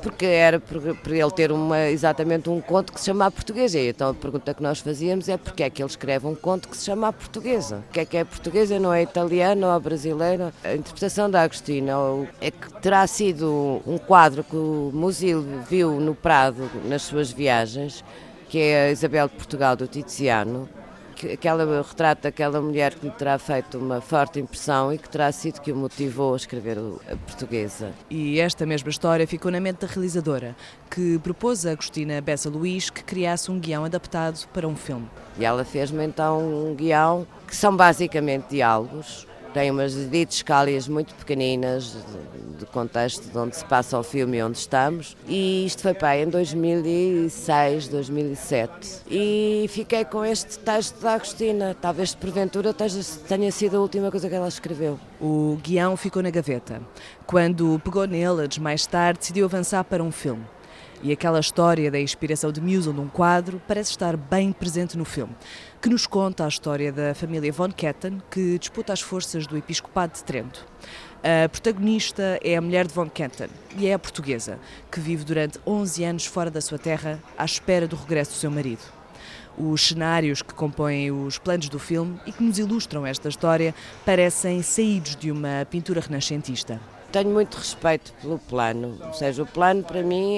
porque era por ele ter exatamente um conto que se chama A Portuguesa. E então a pergunta que nós fazíamos é porque é que ele escreve um conto que se chama A Portuguesa? O que é portuguesa, não é italiana ou brasileira? A interpretação da Agostina é que terá sido um quadro que o Musil viu no Prado nas suas viagens, que é a Isabel de Portugal do Tiziano, que ela retrata aquela mulher que lhe terá feito uma forte impressão e que terá sido que o motivou a escrever A Portuguesa. E esta mesma história ficou na mente da realizadora, que propôs a Agostina Bessa Luís que criasse um guião adaptado para um filme. E ela fez-me então um guião que são basicamente diálogos, tem umas didascálias muito pequeninas de contexto de onde se passa o filme e onde estamos, e isto foi em 2006, 2007, e fiquei com este texto da Agostina. Talvez porventura tenha sido a última coisa que ela escreveu. O guião ficou na gaveta. Quando pegou nele, anos mais tarde, decidiu avançar para um filme. E aquela história da inspiração de Musil num quadro parece estar bem presente no filme, que nos conta a história da família von Ketten, que disputa as forças do Episcopado de Trento. A protagonista é a mulher de von Ketten e é a portuguesa, que vive durante 11 anos fora da sua terra, à espera do regresso do seu marido. Os cenários que compõem os planos do filme e que nos ilustram esta história parecem saídos de uma pintura renascentista. Tenho muito respeito pelo plano, ou seja, o plano para mim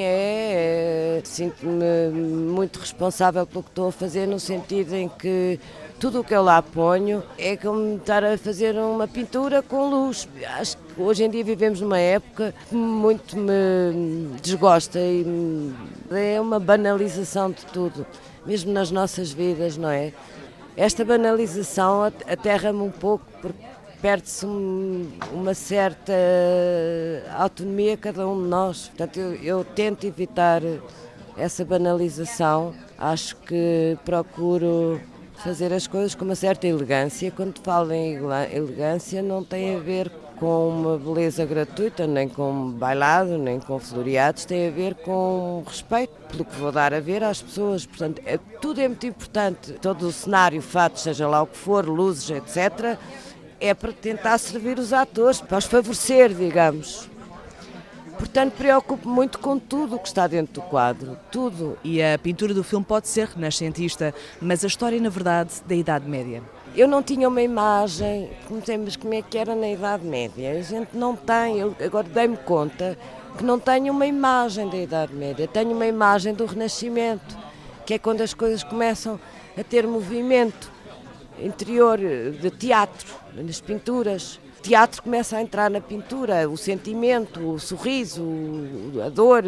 sinto-me muito responsável pelo que estou a fazer, no sentido em que tudo o que eu lá ponho é como estar a fazer uma pintura com luz. Acho que hoje em dia vivemos numa época que muito me desgosta e é uma banalização de tudo, mesmo nas nossas vidas, não é? Esta banalização aterra-me um pouco, porque perde-se uma certa autonomia a cada um de nós. Portanto, eu tento evitar essa banalização. Acho que procuro fazer as coisas com uma certa elegância. Quando falo em elegância, não tem a ver com uma beleza gratuita, nem com bailado, nem com floreados, tem a ver com respeito pelo que vou dar a ver às pessoas. Portanto, tudo é muito importante. Todo o cenário, fatos, seja lá o que for, luzes, etc., é para tentar servir os atores, para os favorecer, digamos. Portanto, preocupo-me muito com tudo o que está dentro do quadro, tudo. E a pintura do filme pode ser renascentista, mas a história, na verdade, da Idade Média. Eu não tinha uma imagem, mas como é que era na Idade Média? A gente não tem, eu agora dei-me conta que não tenho uma imagem da Idade Média, tenho uma imagem do Renascimento, que é quando as coisas começam a ter movimento interior de teatro, nas pinturas. O teatro começa a entrar na pintura, o sentimento, o sorriso, a dor,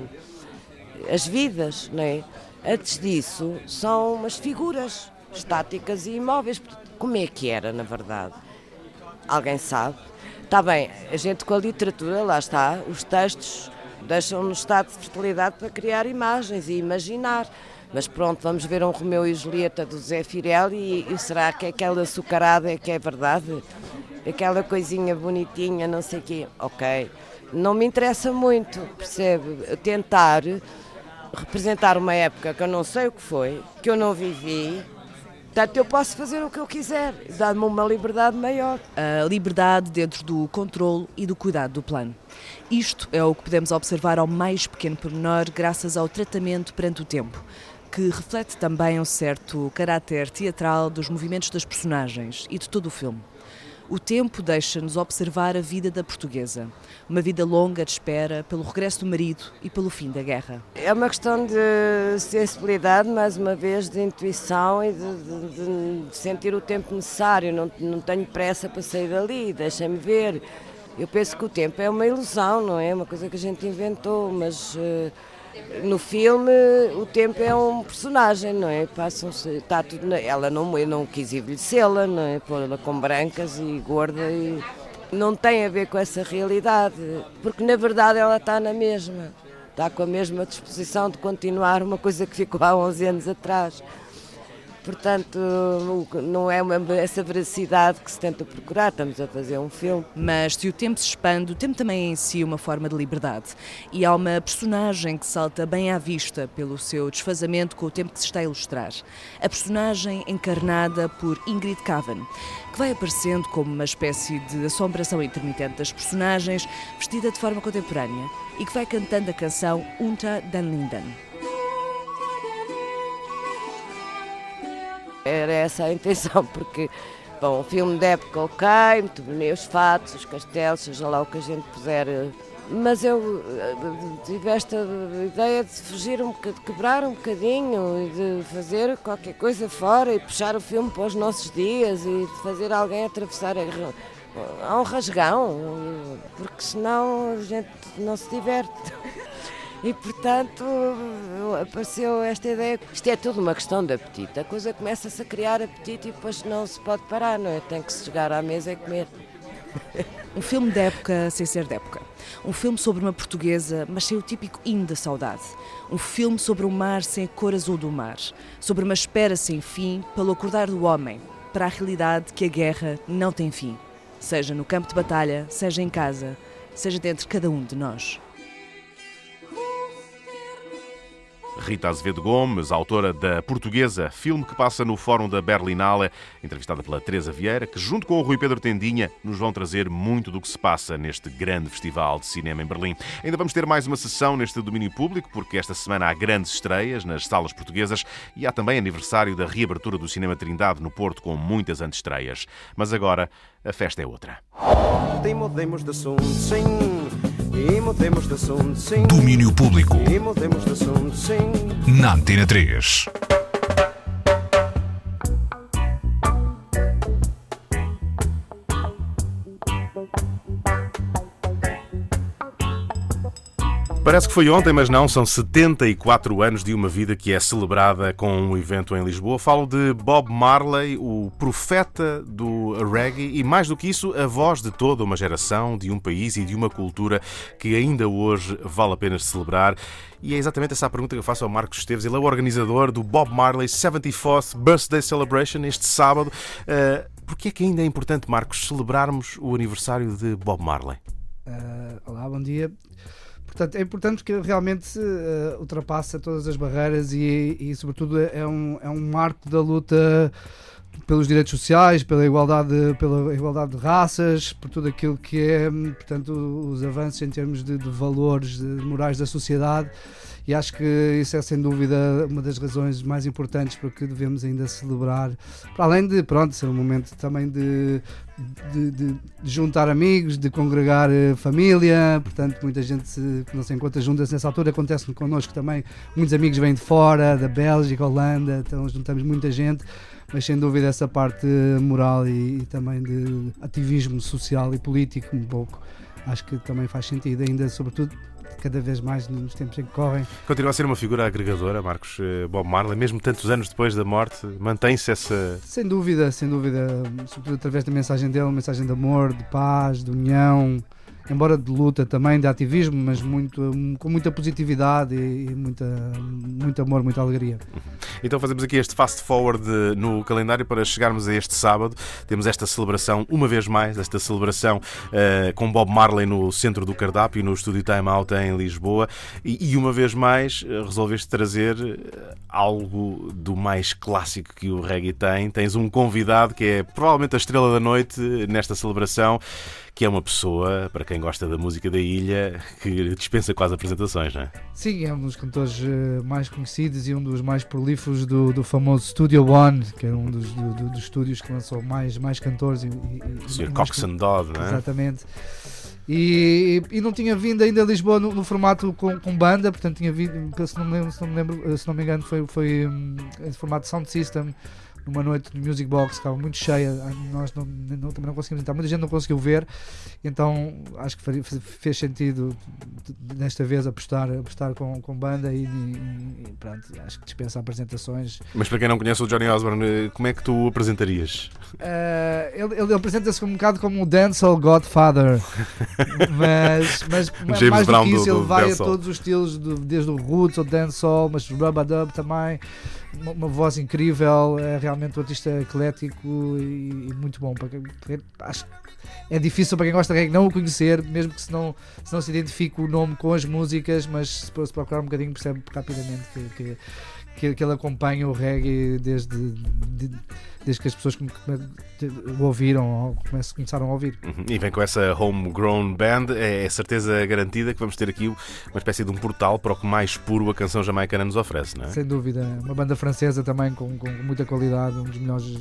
as vidas, não é? Antes disso, são umas figuras estáticas e imóveis. Como é que era, na verdade? Alguém sabe? Está bem, a gente com a literatura, lá está, os textos deixam-nos estado de fertilidade para criar imagens e imaginar. Mas pronto, vamos ver um Romeu e Julieta do Zé Firelli e será que aquela açucarada é que é verdade? Aquela coisinha bonitinha, não sei o quê. Ok, não me interessa muito, percebe? Tentar representar uma época que eu não sei o que foi, que eu não vivi. Portanto, eu posso fazer o que eu quiser, dá-me uma liberdade maior. A liberdade dentro do controle e do cuidado do plano. Isto é o que podemos observar ao mais pequeno pormenor graças ao tratamento perante o tempo, que reflete também um certo caráter teatral dos movimentos das personagens e de todo o filme. O tempo deixa-nos observar a vida da portuguesa, uma vida longa de espera pelo regresso do marido e pelo fim da guerra. É uma questão de sensibilidade, mais uma vez, de intuição e de sentir o tempo necessário. Não tenho pressa para sair dali, deixem-me ver. Eu penso que o tempo é uma ilusão, não é? Uma coisa que a gente inventou, mas no filme o tempo é um personagem, não é? Passam-se, está tudo ela eu não quis envelhecê-la, não é? Pô-la com brancas e gorda e não tem a ver com essa realidade, porque na verdade ela está na mesma, está com a mesma disposição de continuar uma coisa que ficou há 11 anos atrás. Portanto, não é essa veracidade que se tenta procurar, estamos a fazer um filme. Mas se o tempo se expande, o tempo também é em si uma forma de liberdade. E há uma personagem que salta bem à vista pelo seu desfazamento com o tempo que se está a ilustrar. A personagem encarnada por Ingrid Cavan, que vai aparecendo como uma espécie de assombração intermitente das personagens, vestida de forma contemporânea, e que vai cantando a canção Unter den Linden. Era essa a intenção, porque, bom, o filme de época, ok, muito bonito, os fatos, os castelos, seja lá o que a gente puder. Mas eu tive esta ideia de fugir de quebrar um bocadinho e de fazer qualquer coisa fora e puxar o filme para os nossos dias e de fazer alguém atravessar a um rasgão, porque senão a gente não se diverte. E, portanto, apareceu esta ideia. Isto é tudo uma questão de apetite. A coisa começa-se a criar apetite e depois não se pode parar, não é? Tem que se chegar à mesa e comer. Um filme de época sem ser de época. Um filme sobre uma portuguesa, mas sem o típico hino da saudade. Um filme sobre o mar sem a cor azul do mar. Sobre uma espera sem fim pelo acordar do homem para a realidade que a guerra não tem fim. Seja no campo de batalha, seja em casa, seja dentro de cada um de nós. Rita Azevedo Gomes, autora da Portuguesa, filme que passa no Fórum da Berlinale, entrevistada pela Teresa Vieira, que junto com o Rui Pedro Tendinha nos vão trazer muito do que se passa neste grande festival de cinema em Berlim. Ainda vamos ter mais uma sessão neste domínio público, porque esta semana há grandes estreias nas salas portuguesas e há também aniversário da reabertura do Cinema Trindade no Porto, com muitas antestreias. Mas agora a festa é outra. Domínio Público na Antena 3. Parece que foi ontem, mas não, são 74 anos de uma vida que é celebrada com um evento em Lisboa. Falo de Bob Marley, o profeta do reggae e, mais do que isso, a voz de toda uma geração, de um país e de uma cultura que ainda hoje vale a pena celebrar. E é exatamente essa a pergunta que eu faço ao Marcos Esteves. Ele é o organizador do Bob Marley 74th Birthday Celebration este sábado. Porquê é que ainda é importante, Marcos, celebrarmos o aniversário de Bob Marley? Olá, bom dia. Portanto, é importante porque realmente ultrapassa todas as barreiras e sobretudo, é um marco da luta pelos direitos sociais, pela igualdade de raças, por tudo aquilo que é, portanto, os avanços em termos de valores morais da sociedade. E acho que isso é sem dúvida uma das razões mais importantes para que devemos ainda celebrar, para além de, ser um momento também de juntar amigos, de congregar família. Portanto, muita gente que não se encontra juntas nessa altura. Acontece connosco também, muitos amigos vêm de fora, da Bélgica, Holanda, então juntamos muita gente, mas sem dúvida essa parte moral e também de ativismo social e político um pouco, acho que também faz sentido ainda, sobretudo cada vez mais nos tempos em que correm. Continua a ser uma figura agregadora, Marcos, Bob Marley, mesmo tantos anos depois da morte, mantém-se essa... Sem dúvida, sobretudo através da mensagem dele, uma mensagem de amor, de paz, de união, embora de luta também, de ativismo, mas com muita positividade e muito amor, muita alegria. Então fazemos aqui este fast forward no calendário para chegarmos a este sábado. Temos esta celebração, uma vez mais, esta celebração com Bob Marley no centro do cardápio, no Estúdio Time Out em Lisboa, e uma vez mais resolveste trazer algo do mais clássico que o reggae tem. Tens um convidado que é provavelmente a estrela da noite nesta celebração, que é uma pessoa, para quem gosta da música da ilha, que dispensa quase apresentações, não é? Sim, é um dos cantores mais conhecidos e um dos mais prolíferos do famoso Studio One, que é um dos estúdios que lançou mais cantores. O Sr. Cox and Dodd, não é? Exatamente. E não tinha vindo ainda a Lisboa no formato com banda, portanto tinha vindo, se não me engano, foi em formato sound system, numa noite de Music Box, que estava muito cheia, nós também não conseguimos entrar, muita gente não conseguiu ver, então acho que fez sentido nesta vez apostar com banda e pronto, acho que dispensa apresentações. Mas para quem não conhece o Johnny Osborne, como é que tu o apresentarias? Ele apresenta-se um bocado como o Dancehall Godfather, mas mais do que isso, ele vai a todos os estilos, desde o roots ao dancehall, mas o rub-a-dub também. uma voz incrível, é realmente um artista eclético e muito bom. Acho que é difícil para quem gosta de reggae não o conhecer, mesmo que se não se identifique o nome com as músicas, mas se procurar um bocadinho percebe rapidamente que ele acompanha o reggae desde que as pessoas o ouviram ou começaram a ouvir. E vem com essa homegrown band, é certeza garantida que vamos ter aqui uma espécie de um portal para o que mais puro a canção jamaicana nos oferece, não é? Sem dúvida, uma banda francesa também com muita qualidade, um dos melhores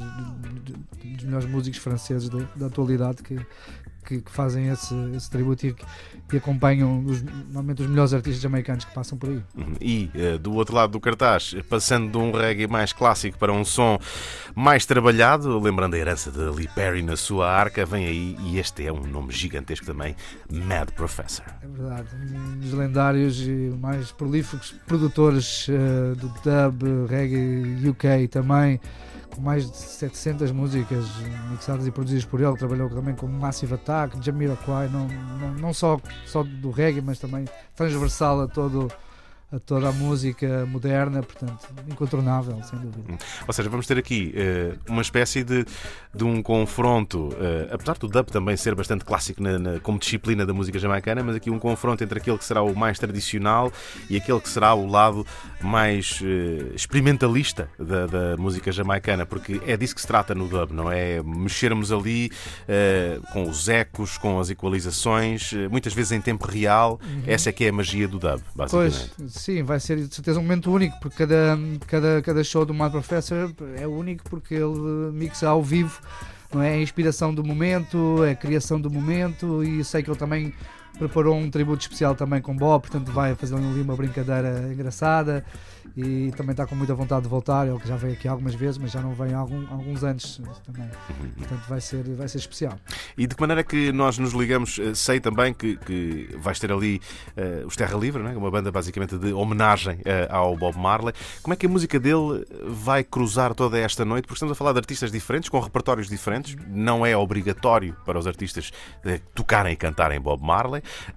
músicos franceses da atualidade que fazem esse tributo e acompanham normalmente os melhores artistas jamaicanos que passam por aí. E do outro lado do cartaz, passando de um reggae mais clássico para um som mais trabalhado, lembrando a herança de Lee Perry na sua arca, vem aí, e este é um nome gigantesco também, Mad Professor. É verdade, um dos lendários e mais prolíficos produtores do dub, reggae UK também, com mais de 700 músicas mixadas e produzidas por ele. Trabalhou também com Massive Attack, Jamiroquai, não só do reggae, mas também transversal a toda a música moderna, portanto, incontornável, sem dúvida. Ou seja, vamos ter aqui uma espécie de um confronto, apesar do dub também ser bastante clássico como disciplina da música jamaicana, mas aqui um confronto entre aquele que será o mais tradicional e aquele que será o lado mais experimentalista da música jamaicana, porque é disso que se trata no dub, não é? Mexermos ali com os ecos, com as equalizações, muitas vezes em tempo real. Essa é que é a magia do dub, basicamente. Pois, sim, vai ser de certeza um momento único, porque cada show do Mad Professor é único porque ele mixa ao vivo, não é? A inspiração do momento, a criação do momento, e sei que ele também preparou um tributo especial também com Bob, portanto vai fazer ali uma brincadeira engraçada, e também está com muita vontade de voltar. Ele que já veio aqui algumas vezes, mas já não vem há alguns anos também, portanto vai ser especial. E de que maneira que nós nos ligamos? Sei também que vais ter ali os Terra Livre, não é? Uma banda basicamente de homenagem ao Bob Marley. Como é que a música dele vai cruzar toda esta noite? Porque estamos a falar de artistas diferentes, com repertórios diferentes. Não é obrigatório para os artistas tocarem e cantarem Bob Marley,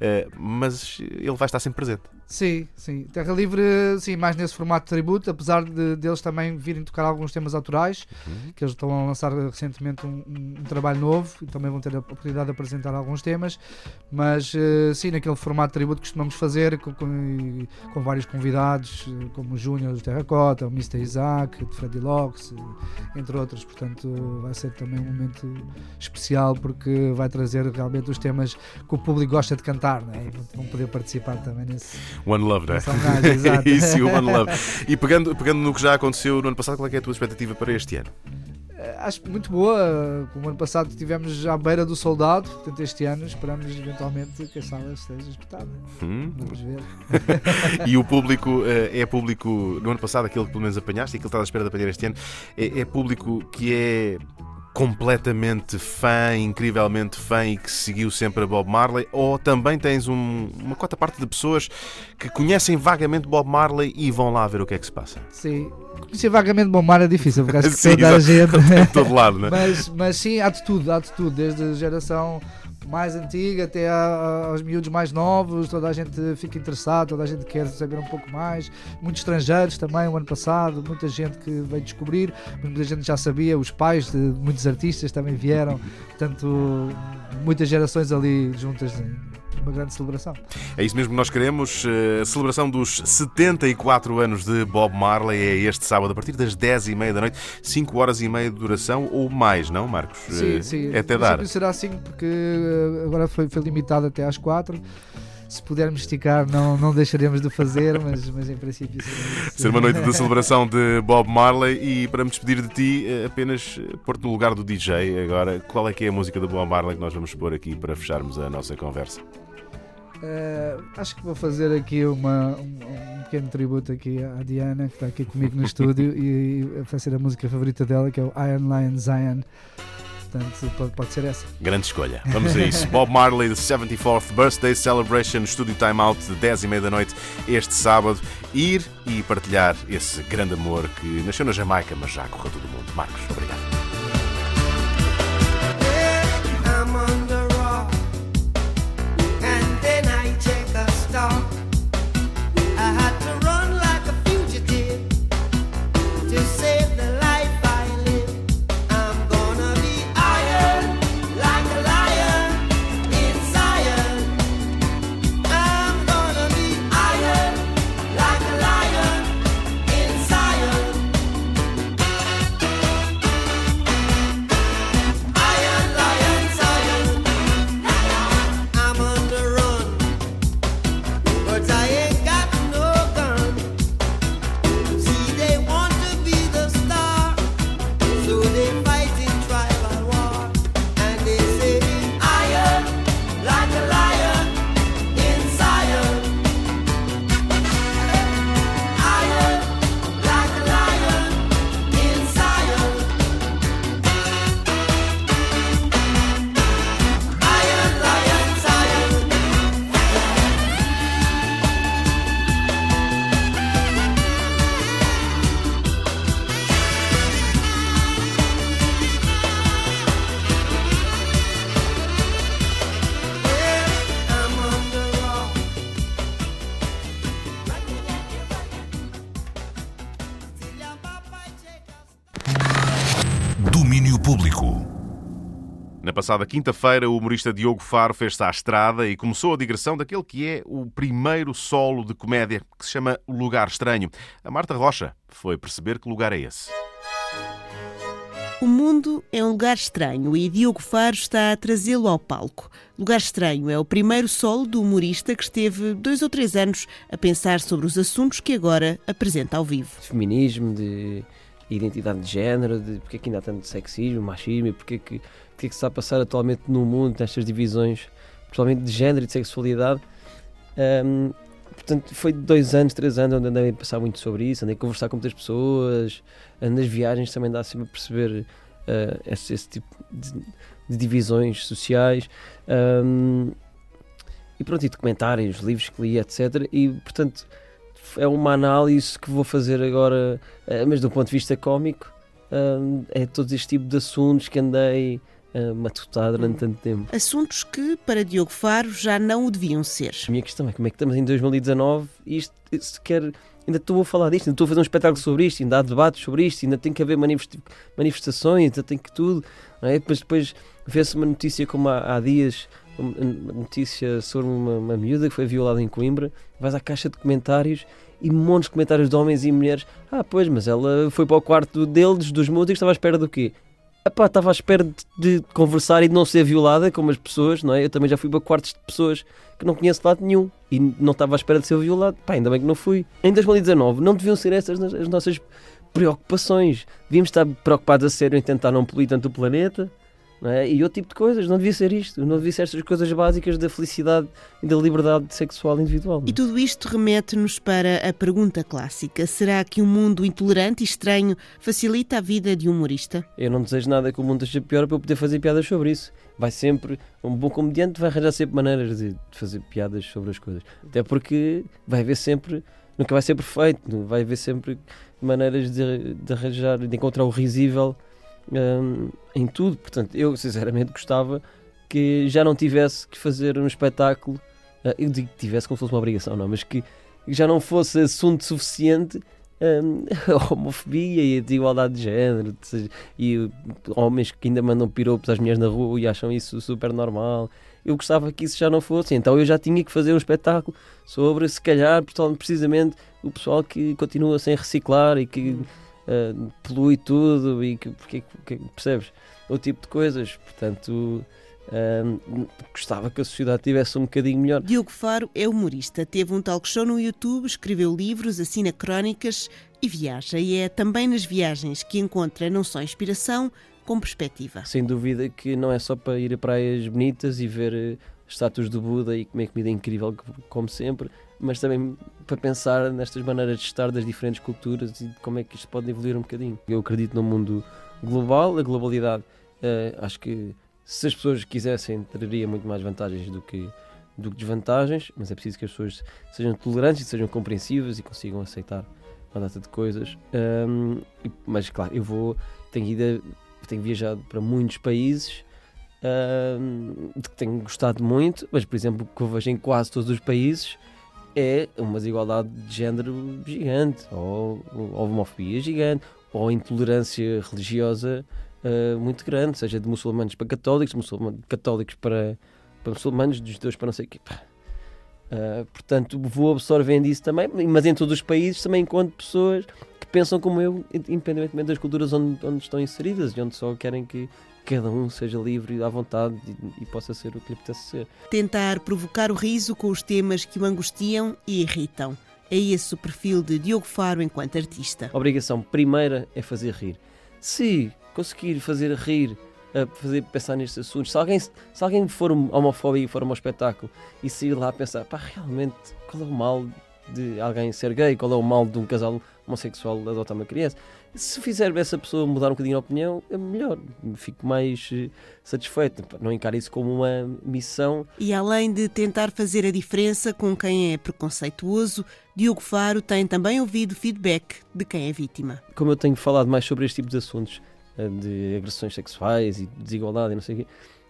mas ele vai estar sempre presente. Sim. Terra Livre, sim, mais nesse formato de tributo, apesar deles também virem tocar alguns temas autorais, que eles estão a lançar recentemente um trabalho novo, e também vão ter a oportunidade de apresentar alguns temas, mas sim, naquele formato de tributo que costumamos fazer, com vários convidados, como o Júnior do Terracota, o Mr. Isaac, de Freddy Locks, entre outros. Portanto, vai ser também um momento especial, porque vai trazer realmente os temas que o público gosta de cantar, não é? Vão poder participar também nesse One Love, não é? Exato. Isso, One Love. E pegando no que já aconteceu no ano passado, qual é a tua expectativa para este ano? Acho muito boa. Como ano passado estivemos à beira do soldado, portanto este ano esperamos eventualmente que a sala esteja espetada. Vamos ver. E o público é público, no ano passado, aquele que pelo menos apanhaste e aquele que estás à espera de apanhar este ano, é público que é completamente fã, incrivelmente fã, e que seguiu sempre a Bob Marley, ou também tens uma cota parte de pessoas que conhecem vagamente Bob Marley e vão lá ver o que é que se passa? Sim, conhecer vagamente Bob Marley é difícil, porque acho que sim, toda a gente... de todo lado, não é? Mas sim, há de tudo, desde a geração mais antiga até aos miúdos mais novos, toda a gente fica interessada, toda a gente quer saber um pouco mais. Muitos estrangeiros também, o ano passado, muita gente que veio descobrir, muita gente já sabia, os pais de muitos artistas também vieram, portanto, muitas gerações ali juntas. Uma grande celebração. É isso mesmo que nós queremos. A celebração dos 74 anos de Bob Marley é este sábado, a partir das 10h30 da noite, 5 horas e meia de duração ou mais, não, Marcos? Sim. É até dar. Será assim, porque agora foi limitado até às 4. Se pudermos esticar, não deixaremos de fazer, mas em princípio ser uma noite de celebração de Bob Marley. E para me despedir de ti, apenas pôr-te no lugar do DJ agora. Qual é que é a música de Bob Marley que nós vamos pôr aqui para fecharmos a nossa conversa? Acho que vou fazer aqui um pequeno tributo aqui à Diana, que está aqui comigo no estúdio, e vai ser a música favorita dela, que é o Iron Lion Zion. Portanto, pode ser essa. Grande escolha. Vamos a isso. Bob Marley, the 74th Birthday Celebration, Estúdio Time Out, de 10h30 da noite, este sábado. Ir e partilhar esse grande amor que nasceu na Jamaica, mas já correu todo o mundo. Marcos, obrigado. Domínio Público. Na passada quinta-feira, o humorista Diogo Faro fez-se à estrada e começou a digressão daquele que é o primeiro solo de comédia, que se chama Lugar Estranho. A Marta Rocha foi perceber que lugar é esse. O mundo é um lugar estranho e Diogo Faro está a trazê-lo ao palco. Lugar Estranho é o primeiro solo do humorista que esteve 2 ou 3 anos a pensar sobre os assuntos que agora apresenta ao vivo. De feminismo, de identidade de género, de porque é que ainda há tanto sexismo, machismo, e porque é que se está a passar atualmente no mundo, nestas divisões, principalmente de género e de sexualidade. Portanto, foi 2 anos, 3 anos onde andei a pensar muito sobre isso, andei a conversar com muitas pessoas, nas viagens também dá sempre a perceber esse tipo de divisões sociais, e pronto, e documentários, livros que li, etc. E, portanto, é uma análise que vou fazer agora, mas do ponto de vista cómico, é todo este tipo de assuntos que andei a matutar durante tanto tempo. Assuntos que, para Diogo Faro, já não o deviam ser. A minha questão é como é que estamos em 2019 e isto sequer... Ainda estou a falar disto, ainda estou a fazer um espetáculo sobre isto, ainda há debates sobre isto, ainda tem que haver manifestações, ainda tem que tudo. Não é? Depois vê-se uma notícia como há dias, uma notícia sobre uma miúda que foi violada em Coimbra, vais à caixa de comentários e montes de comentários de homens e mulheres. Pois, mas ela foi para o quarto deles, dos músicos, estava à espera do quê? Estava à espera de conversar e de não ser violada como as pessoas, não é? Eu também já fui para quartos de pessoas que não conheço de lado nenhum e não estava à espera de ser violado. Ainda bem que não fui. Em 2019 não deviam ser essas as nossas preocupações. Devíamos estar preocupados a sério em tentar não poluir tanto o planeta, não é? E outro tipo de coisas. Não devia ser isto. Não devia ser estas coisas básicas da felicidade e da liberdade sexual individual. Não é? E tudo isto remete-nos para a pergunta clássica. Será que um mundo intolerante e estranho facilita a vida de um humorista? Eu não desejo nada que o mundo esteja pior para eu poder fazer piadas sobre isso. Vai sempre, um bom comediante vai arranjar sempre maneiras de fazer piadas sobre as coisas. Até porque vai haver sempre, nunca vai ser perfeito, vai haver sempre maneiras de arranjar, de encontrar o risível em tudo. Portanto, eu sinceramente gostava que já não tivesse que fazer um espetáculo, eu digo que tivesse como se fosse uma obrigação, não, mas que já não fosse assunto suficiente a homofobia e a desigualdade de género, e homens que ainda mandam piropos às mulheres na rua e acham isso super normal. Eu gostava que isso já não fosse, então eu já tinha que fazer um espetáculo sobre, se calhar, precisamente o pessoal que continua sem reciclar e que polui tudo e que percebes? O tipo de coisas. Portanto, gostava que a sociedade tivesse um bocadinho melhor. Diogo Faro é humorista, teve um talk show no YouTube, escreveu livros, assina crónicas e viaja. E é também nas viagens que encontra não só inspiração, como perspectiva. Sem dúvida que não é só para ir a praias bonitas e ver estátuas do Buda e comer comida incrível, como sempre, mas também para pensar nestas maneiras de estar das diferentes culturas e de como é que isto pode evoluir um bocadinho. Eu acredito num mundo global, a globalidade, acho que se as pessoas quisessem, traria muito mais vantagens do que desvantagens, mas é preciso que as pessoas sejam tolerantes e sejam compreensivas e consigam aceitar uma data de coisas. Mas claro, tenho viajado para muitos países, de que tenho gostado muito, mas por exemplo o que eu vejo em quase todos os países é uma desigualdade de género gigante, ou homofobia gigante, ou intolerância religiosa muito grande, seja de muçulmanos para católicos, católicos para muçulmanos, dos dois para não sei o quê. Portanto, vou absorvendo isso também, mas em todos os países também encontro pessoas que pensam como eu, independentemente das culturas onde estão inseridas e onde só querem que cada um seja livre à vontade e possa ser o que lhe apetece ser. Tentar provocar o riso com os temas que o angustiam e irritam. É esse o perfil de Diogo Faro enquanto artista. A obrigação primeira é fazer rir. Se conseguir fazer rir, fazer pensar nestes assuntos, se alguém for homofóbico e for ao meu espetáculo e sair lá a pensar, realmente, qual é o mal de alguém ser gay, qual é o mal de um casal homossexual adotar uma criança, se fizer essa pessoa mudar um bocadinho a opinião, é melhor, fico mais satisfeito, não encaro isso como uma missão. E além de tentar fazer a diferença com quem é preconceituoso, Diogo Faro tem também ouvido feedback de quem é vítima. Como eu tenho falado mais sobre este tipo de assuntos, de agressões sexuais e desigualdade e não sei o quê,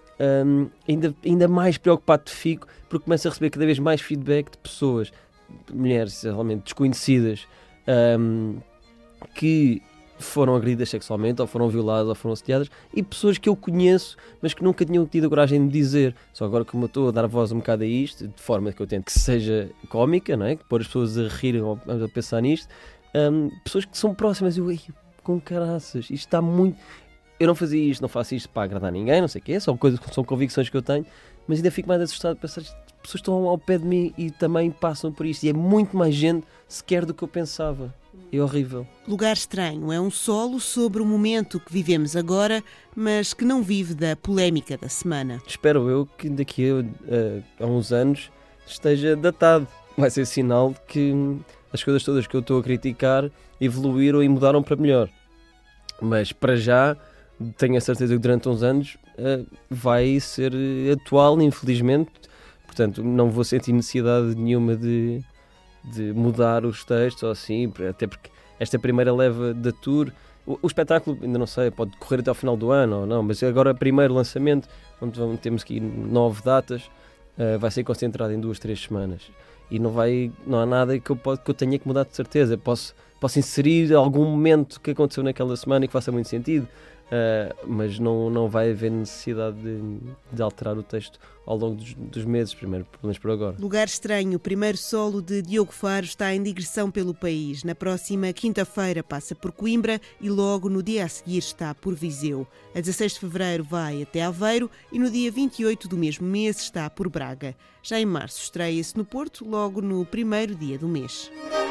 ainda mais preocupado fico, porque começo a receber cada vez mais feedback de pessoas, mulheres realmente desconhecidas, que foram agredidas sexualmente, ou foram violadas, ou foram assediadas, e pessoas que eu conheço, mas que nunca tinham tido a coragem de dizer. Só agora como eu estou a dar voz um bocado a isto, de forma que eu tento que seja cómica, não é? Que pôr as pessoas a rir ou a pensar nisto, pessoas que são próximas, eu, com caraças, isto está muito... Eu não fazia isto, não faço isto para agradar ninguém, não sei o quê, são convicções que eu tenho, mas ainda fico mais assustado de pensar que as pessoas estão ao pé de mim e também passam por isto, e é muito mais gente sequer do que eu pensava. É horrível. Lugar Estranho é um solo sobre o momento que vivemos agora, mas que não vive da polémica da semana. Espero eu que daqui a uns anos esteja datado. Vai ser sinal de que as coisas todas que eu estou a criticar evoluíram e mudaram para melhor. Mas para já tenho a certeza que durante uns anos vai ser atual, infelizmente. Portanto, não vou sentir necessidade nenhuma de mudar os textos ou assim, até porque esta primeira leva da tour, o espetáculo ainda não sei, pode correr até ao final do ano ou não, mas agora o primeiro lançamento, onde temos aqui 9 datas, vai ser concentrado em 2-3 semanas e não há nada que eu tenha que mudar de certeza. Posso inserir algum momento que aconteceu naquela semana e que faça muito sentido, mas não vai haver necessidade de alterar o texto ao longo dos meses, pelo menos por agora. Lugar Estranho, o primeiro solo de Diogo Faro, está em digressão pelo país. Na próxima quinta-feira passa por Coimbra e logo no dia a seguir está por Viseu. A 16 de fevereiro vai até Aveiro e no dia 28 do mesmo mês está por Braga. Já em março estreia-se no Porto, logo no primeiro dia do mês.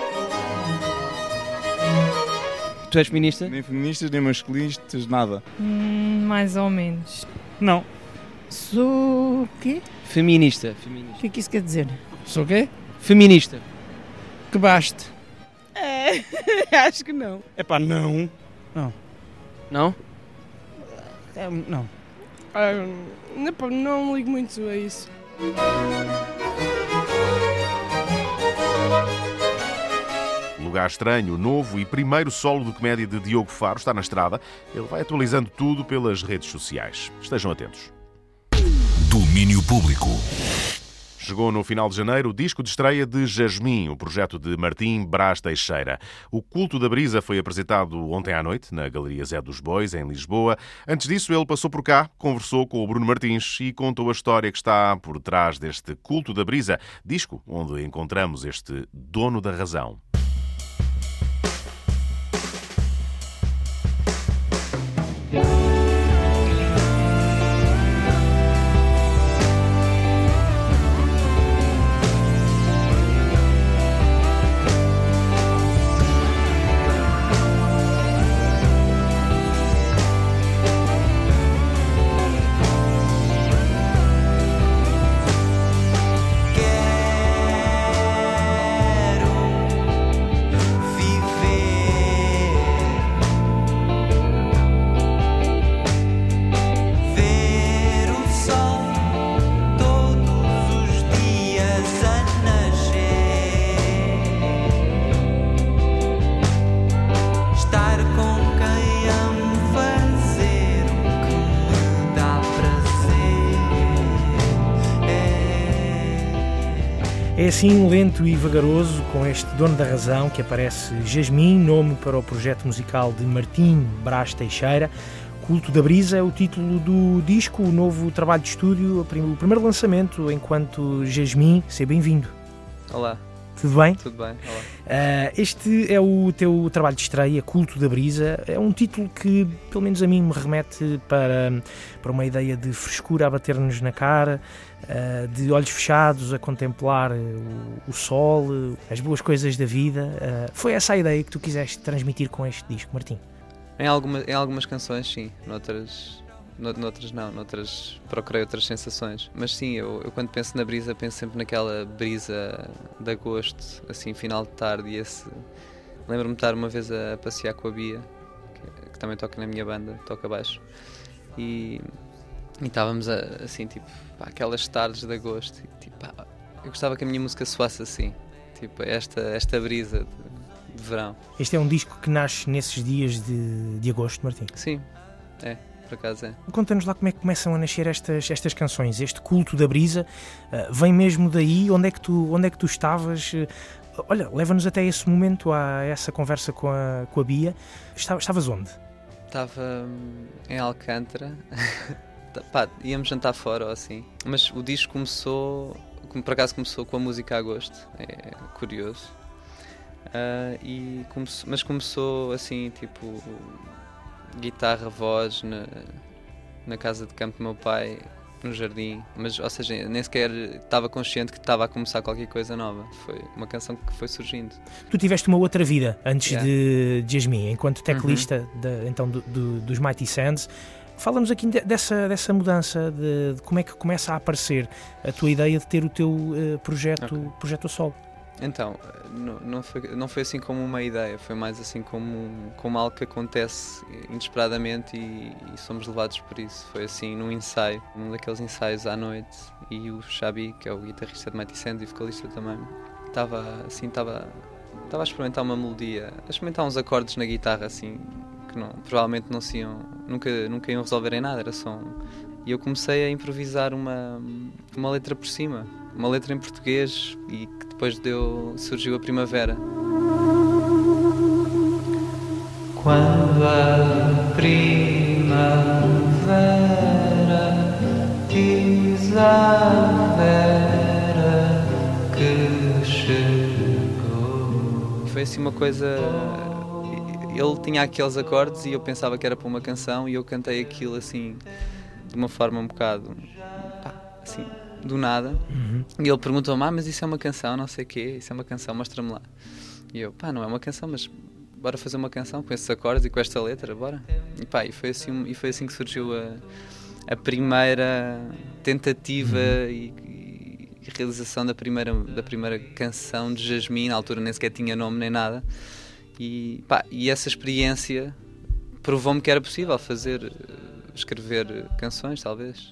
Tu és feminista? Nem feministas, nem masculinistas, nada. Mais ou menos. Não. Sou o quê? Feminista. O que é que isso quer dizer? Sou o quê? Feminista. Que baste. Acho que não. Epá, não. Não? Não. Não ligo muito a isso. Lugar Estranho, novo e primeiro solo de comédia de Diogo Faro, está na estrada. Ele vai atualizando tudo pelas redes sociais. Estejam atentos. Domínio Público. Chegou no final de janeiro o disco de estreia de Jasmim, o projeto de Martim Brás Teixeira. O Culto da Brisa foi apresentado ontem à noite na Galeria Zé dos Bois, em Lisboa. Antes disso, ele passou por cá, conversou com o Bruno Martins e contou a história que está por trás deste Culto da Brisa, disco onde encontramos este dono da razão. É assim lento e vagaroso, com este dono da razão, que aparece Jasmim, nome para o projeto musical de Martim Brás Teixeira. Culto da Brisa é o título do disco, o novo trabalho de estúdio, o primeiro lançamento enquanto Jasmim. Seja bem-vindo. Olá. Tudo bem? Tudo bem, olá. Este é o teu trabalho de estreia, Culto da Brisa. É um título que, pelo menos a mim, me remete para uma ideia de frescura a bater-nos na cara, de olhos fechados a contemplar o sol, as boas coisas da vida. Foi essa a ideia que tu quiseste transmitir com este disco, Martim? Em algumas canções, sim. Noutras não. Noutras procurei outras sensações. Mas sim, eu quando penso na brisa, penso sempre naquela brisa de agosto, assim, final de tarde. E lembro-me de estar uma vez a passear com a Bia, que também toca na minha banda, toca baixo. E estávamos assim, tipo, aquelas tardes de agosto. E, tipo, eu gostava que a minha música soasse assim, tipo, esta brisa de verão. Este é um disco que nasce nesses dias de agosto, Martim? Sim, é. Por acaso é. Conta-nos lá como é que começam a nascer estas canções, este Culto da Brisa. Vem mesmo daí? Onde é que tu estavas? olha, leva-nos até esse momento, a essa conversa com a Bia. Estavas onde? Estava em Alcântara. Pá, íamos jantar fora ou assim. Mas o disco começou, por acaso começou com a música a gosto. É curioso. Mas começou assim, tipo, guitarra, voz na casa de campo do meu pai, no jardim. Mas, ou seja, nem sequer estava consciente que estava a começar qualquer coisa nova. Foi uma canção que foi surgindo. Tu tiveste uma outra vida antes de Jasmine, enquanto teclista então, dos Mighty Sands. Fala-nos aqui dessa mudança, de como é que começa a aparecer a tua ideia de ter o teu projeto a solo. Então, não foi assim como uma ideia, foi mais assim como algo que acontece inesperadamente e somos levados por isso. Foi assim num ensaio, num daqueles ensaios à noite, e o Xabi, que é o guitarrista de Mighty Sands e vocalista também, estava a experimentar uma melodia, a experimentar uns acordes na guitarra assim, que provavelmente nunca iam resolver em nada, era só E eu comecei a improvisar uma letra por cima, uma letra em português, e que depois surgiu a primavera. Quando a primavera diz a vera que chegou. Foi assim uma coisa... Ele tinha aqueles acordes e eu pensava que era para uma canção, e eu cantei aquilo assim de uma forma um bocado assim, do nada. E ele perguntou-me: mas isso é uma canção, não sei o quê, isso é uma canção, mostra-me lá. E eu: não é uma canção, mas bora fazer uma canção com esses acordes e com esta letra, bora. E foi assim que surgiu a primeira tentativa e realização da primeira canção de Jasmine. Na altura nem sequer tinha nome nem nada. E essa experiência provou-me que era possível escrever canções, talvez.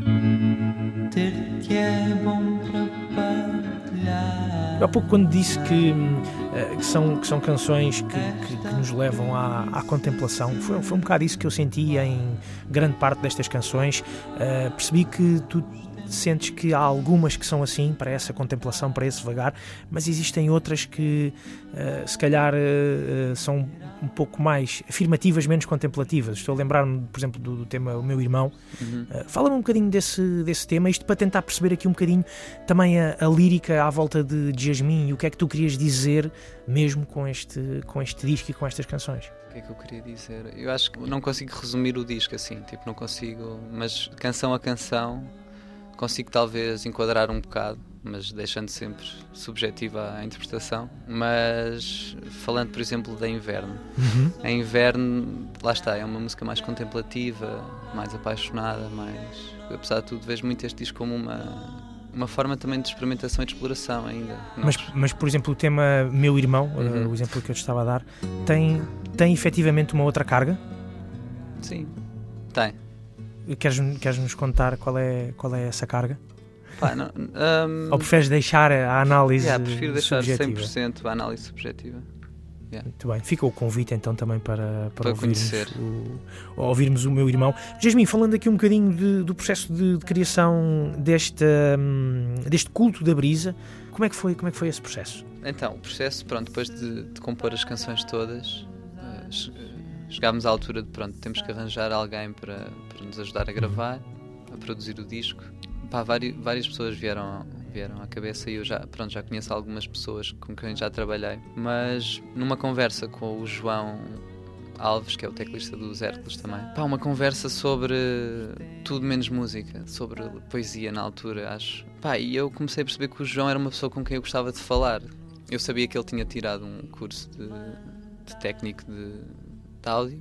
Ter-te é bom para partilhar. Há pouco, quando disse que são canções que nos levam à contemplação, foi um bocado isso que eu senti em grande parte destas canções. Percebi que tu sentes que há algumas que são assim, para essa contemplação, para esse vagar, mas existem outras que se calhar são um pouco mais afirmativas, menos contemplativas. Estou a lembrar-me, por exemplo, do tema O Meu Irmão. Fala-me um bocadinho desse tema, isto para tentar perceber aqui um bocadinho também a lírica à volta de Jasmine, e o que é que tu querias dizer mesmo com este disco e com estas canções. O que é que eu queria dizer? Eu acho que não consigo resumir o disco assim, não consigo, mas canção a canção consigo talvez enquadrar um bocado, mas deixando sempre subjetiva a interpretação. Mas falando, por exemplo, da Inverno. A Inverno, lá está, é uma música mais contemplativa, mais apaixonada, apesar de tudo, vejo muito este disco como uma forma também de experimentação e de exploração ainda. Mas por exemplo, o tema Meu Irmão, o exemplo que eu te estava a dar, tem efetivamente uma outra carga? Sim, tem. Queres-nos contar qual é essa carga? Ou preferes deixar a análise prefiro deixar subjetiva? 100% a análise subjetiva. Muito bem, fica o convite então também para ouvirmos o Meu Irmão. Jasmine, falando aqui um bocadinho do processo de criação deste culto da brisa, como é que foi esse processo? Então, o processo, depois de compor as canções todas, chegámos à altura de, temos que arranjar alguém para nos ajudar a gravar, a produzir o disco. Várias pessoas vieram à cabeça, e eu já conheço algumas pessoas com quem já trabalhei, mas numa conversa com o João Alves, que é o teclista dos Hércules também, uma conversa sobre tudo menos música, sobre poesia na altura, acho. E eu comecei a perceber que o João era uma pessoa com quem eu gostava de falar. Eu sabia que ele tinha tirado um curso de técnico de áudio,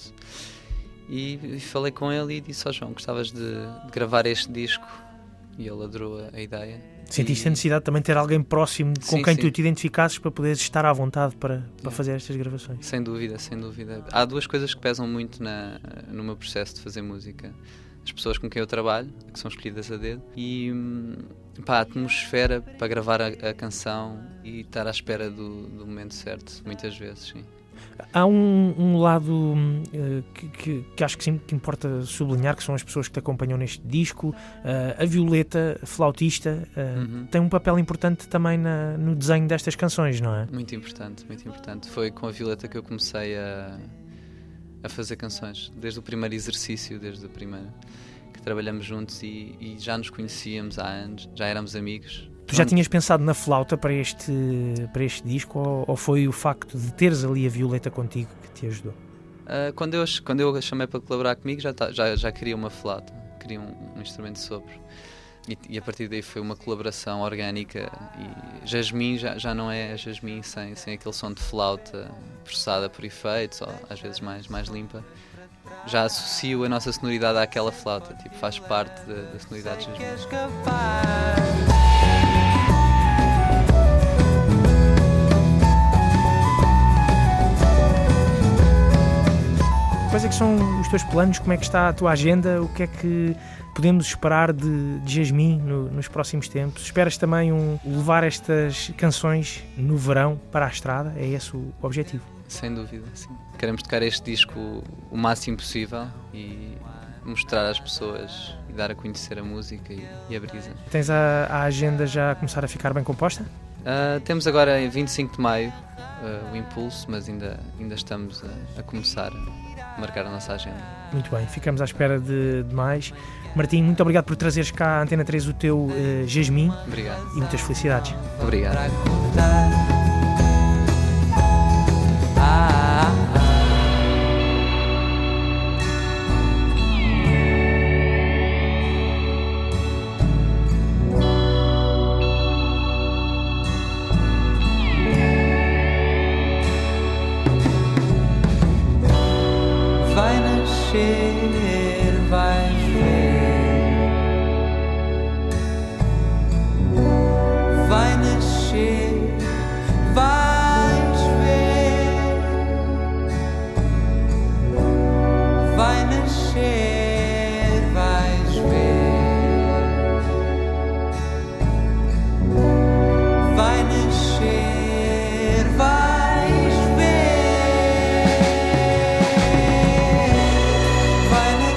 e falei com ele e disse: João, gostavas de gravar este disco? E ele adorou a ideia. Sentiste a necessidade também de ter alguém próximo com quem tu te identificasses para poderes estar à vontade para fazer estas gravações? Sem dúvida. Há duas coisas que pesam muito no meu processo de fazer música: as pessoas com quem eu trabalho, que são escolhidas a dedo, e a atmosfera para gravar a canção e estar à espera do momento certo, muitas vezes, sim. Há um lado que acho que sim, que importa sublinhar, que são as pessoas que te acompanham neste disco. A Violeta, flautista, tem um papel importante também no desenho destas canções, não é? Muito importante, muito importante. Foi com a Violeta que eu comecei a fazer canções, desde o primeiro exercício, desde o primeiro que trabalhamos juntos e já nos conhecíamos há anos, já éramos amigos. Tu já tinhas pensado na flauta para este disco ou foi o facto de teres ali a Violeta contigo que te ajudou? Quando eu a chamei para colaborar comigo já queria uma flauta, queria um instrumento de sopro e a partir daí foi uma colaboração orgânica e Jasmim já não é a Jasmim sem aquele som de flauta processada por efeitos ou às vezes mais limpa. Já associo a nossa sonoridade àquela flauta, tipo, faz parte da sonoridade de Jasmim. Quais é que são os teus planos? Como é que está a tua agenda? O que é que podemos esperar de Jasmim nos próximos tempos? Esperas também levar estas canções no verão para a estrada? É esse o objetivo? Sem dúvida, sim. Queremos tocar este disco o máximo possível e mostrar às pessoas e dar a conhecer a música e a brisa. Tens a agenda já a começar a ficar bem composta? Temos agora em 25 de maio o Impulso, mas ainda estamos a começar a marcar a nossa agenda. Muito bem, ficamos à espera de mais. Martim, muito obrigado por trazeres cá à Antena 3 o teu Jasmim. Obrigado. E muitas felicidades. Obrigado. Vai nascer, vais ver. Vai nascer, vais ver. Vai nascer, vais ver. Vai nascer, vais ver. Vai nascer.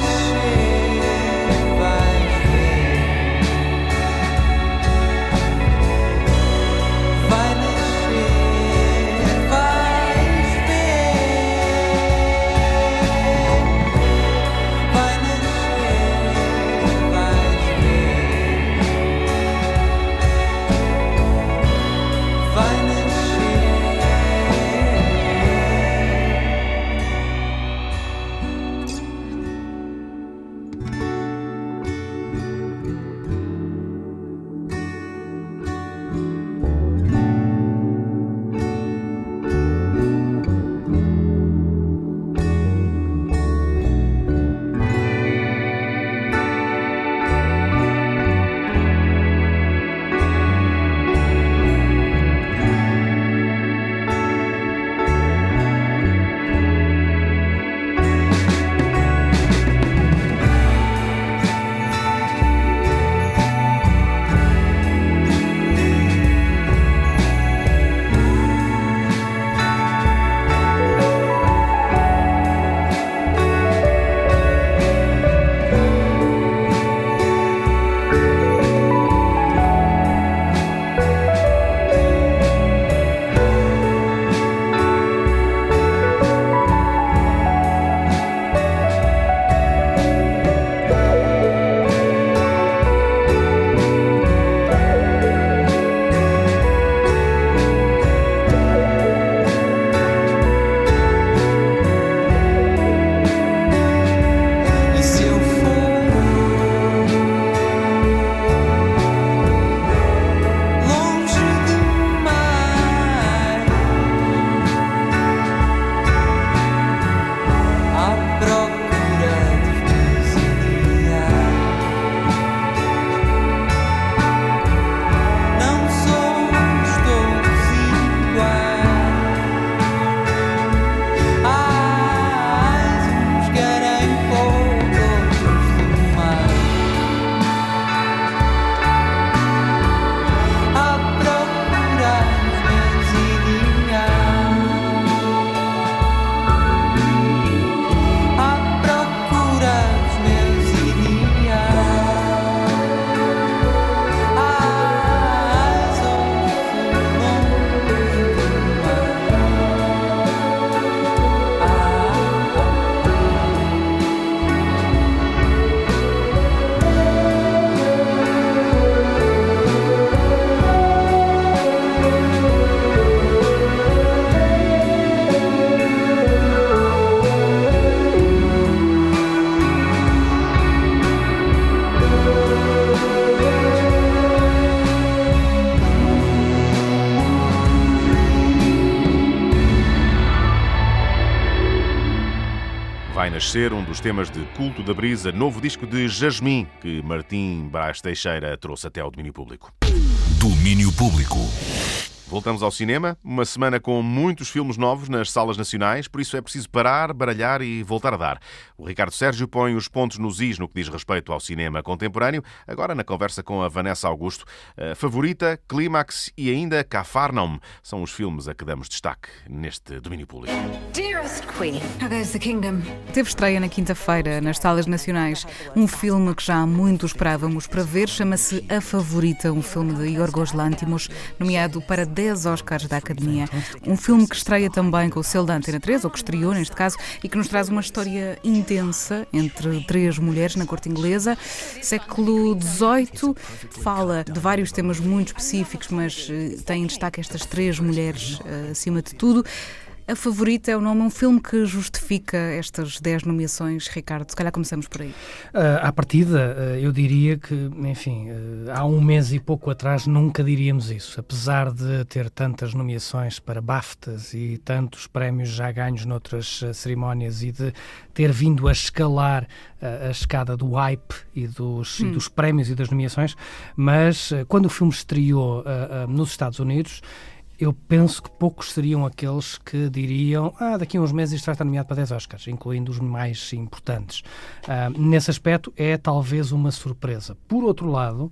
Nascer, um dos temas de culto da Brisa, novo disco de Jasmim, que Martim Brás Teixeira trouxe até ao domínio público. Domínio Público. Voltamos ao cinema, uma semana com muitos filmes novos nas salas nacionais, por isso é preciso parar, baralhar e voltar a dar. O Ricardo Sérgio põe os pontos nos is no que diz respeito ao cinema contemporâneo, agora na conversa com a Vanessa Augusto. A Favorita, Clímax e ainda Cafarnaum são os filmes a que damos destaque neste domínio público. Dearest Queen, how goes the kingdom? Teve estreia na quinta-feira nas salas nacionais. Um filme que já há muito esperávamos para ver, chama-se A Favorita, um filme de Yorgos Lanthimos, nomeado para 10 Oscars da Academia. Um filme que estreia também com o selo da Antena 3, ou que estreou neste caso, e que nos traz uma história intensa entre 3 mulheres na corte inglesa, século XVIII, fala de vários temas muito específicos, mas tem em destaque estas 3 mulheres acima de tudo. A Favorita é o nome, um filme que justifica estas 10 nomeações. Ricardo, se calhar começamos por aí. À partida, eu diria que, enfim, há um mês e pouco atrás nunca diríamos isso. Apesar de ter tantas nomeações para BAFTAs e tantos prémios já ganhos noutras cerimónias e de ter vindo a escalar a escada do hype e dos prémios e das nomeações, mas quando o filme estreou nos Estados Unidos, eu penso que poucos seriam aqueles que diriam daqui a uns meses isto vai estar nomeado para 10 Oscars, incluindo os mais importantes. Nesse aspecto é talvez uma surpresa. Por outro lado,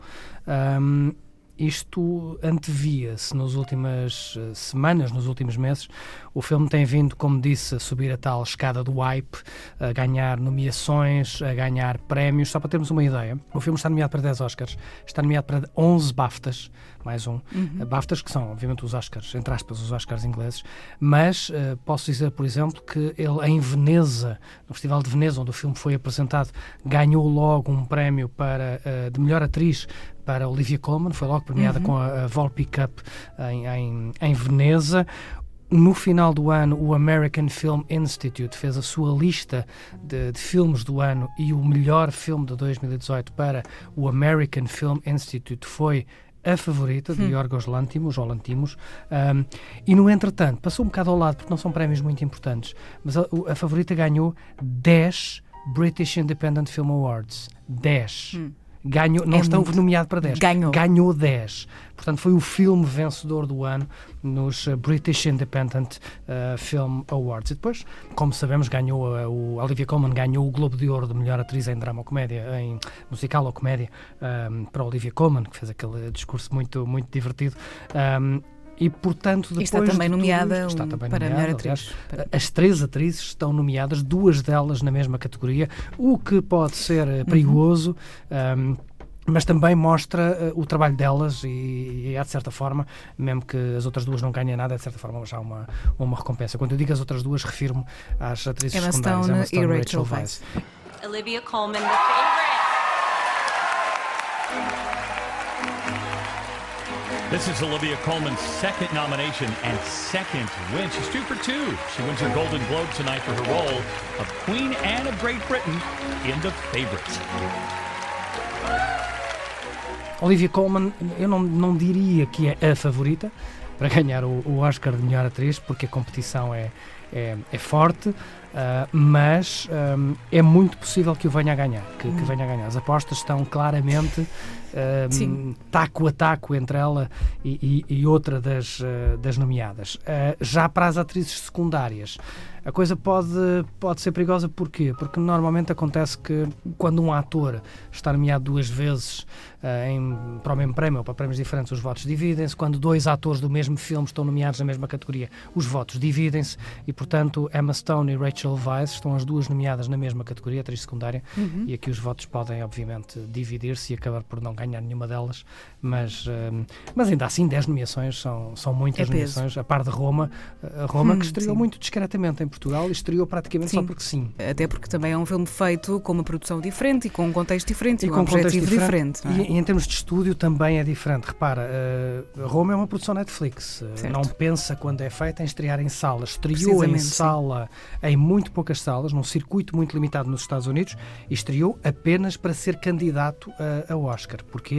isto antevia-se nas últimas semanas, nos últimos meses. O filme tem vindo, como disse, a subir a tal escada do hype, a ganhar nomeações, a ganhar prémios. Só para termos uma ideia, o filme está nomeado para 10 Oscars, está nomeado para 11 BAFTAs, mais um. BAFTAs que são, obviamente, os Oscars, entre aspas, os Oscars ingleses. Mas posso dizer, por exemplo, que ele em Veneza, no Festival de Veneza, onde o filme foi apresentado, ganhou logo um prémio de melhor atriz para Olivia Colman, foi logo premiada com a Volpi Cup em Veneza. No final do ano, o American Film Institute fez a sua lista de filmes do ano e o melhor filme de 2018 para o American Film Institute foi A Favorita, de Yorgos Lanthimos, ou Lanthimos, e no entretanto, passou um bocado ao lado, porque não são prémios muito importantes, mas a Favorita ganhou 10 British Independent Film Awards. 10. Ganhou, não estão nomeado para 10. Ganhou 10. Portanto, foi o filme vencedor do ano nos British Independent Film Awards. E depois, como sabemos, o Olivia Colman ganhou o Globo de Ouro de melhor atriz em drama ou comédia, em musical ou comédia, para Olivia Colman, que fez aquele discurso muito, muito divertido. E, portanto, depois está também nomeada para melhor atriz. As 3 atrizes estão nomeadas, 2 delas na mesma categoria, o que pode ser perigoso, mas também mostra o trabalho delas e é, de certa forma, mesmo que as outras 2 não ganhem nada, é de certa forma já uma recompensa. Quando eu digo as outras 2, refiro-me às atrizes secundárias, Emma Stone e Rachel Weisz. Olivia Colman, the favorite. This is Olivia Colman's second nomination and second win. She's 2 for 2. She wins her Golden Globe tonight for her role of Queen Anne of Great Britain in The Favourite. Olivia Colman, eu não diria que é a favorita para ganhar o Oscar de melhor atriz, porque a competição é forte, mas é muito possível que o venha a ganhar, que venha a ganhar. As apostas estão claramente taco a taco entre ela e outra das nomeadas. Já para as atrizes secundárias, a coisa pode ser perigosa. Porquê? Porque normalmente acontece que quando um ator está nomeado 2 vezes para o mesmo prémio ou para prémios diferentes, os votos dividem-se. Quando 2 atores do mesmo filme estão nomeados na mesma categoria, os votos dividem-se e, portanto, Emma Stone e Rachel Weisz estão as 2 nomeadas na mesma categoria, atriz secundária, e aqui os votos podem, obviamente, dividir-se e acabar por não ganhar nenhuma delas, mas ainda assim 10 nomeações são muitas nomeações, a par de Roma, que estreou muito discretamente em Portugal e estreou praticamente só porque sim. Até porque também é um filme feito com uma produção diferente e com um contexto diferente e com um objetivo diferente. E em termos de estúdio também é diferente. Repara, Roma é uma produção Netflix. Não pensa quando é feita em estrear em salas. Estreou em sala, em muito poucas salas, num circuito muito limitado nos Estados Unidos, e estreou apenas para ser candidato a Oscar. Porquê?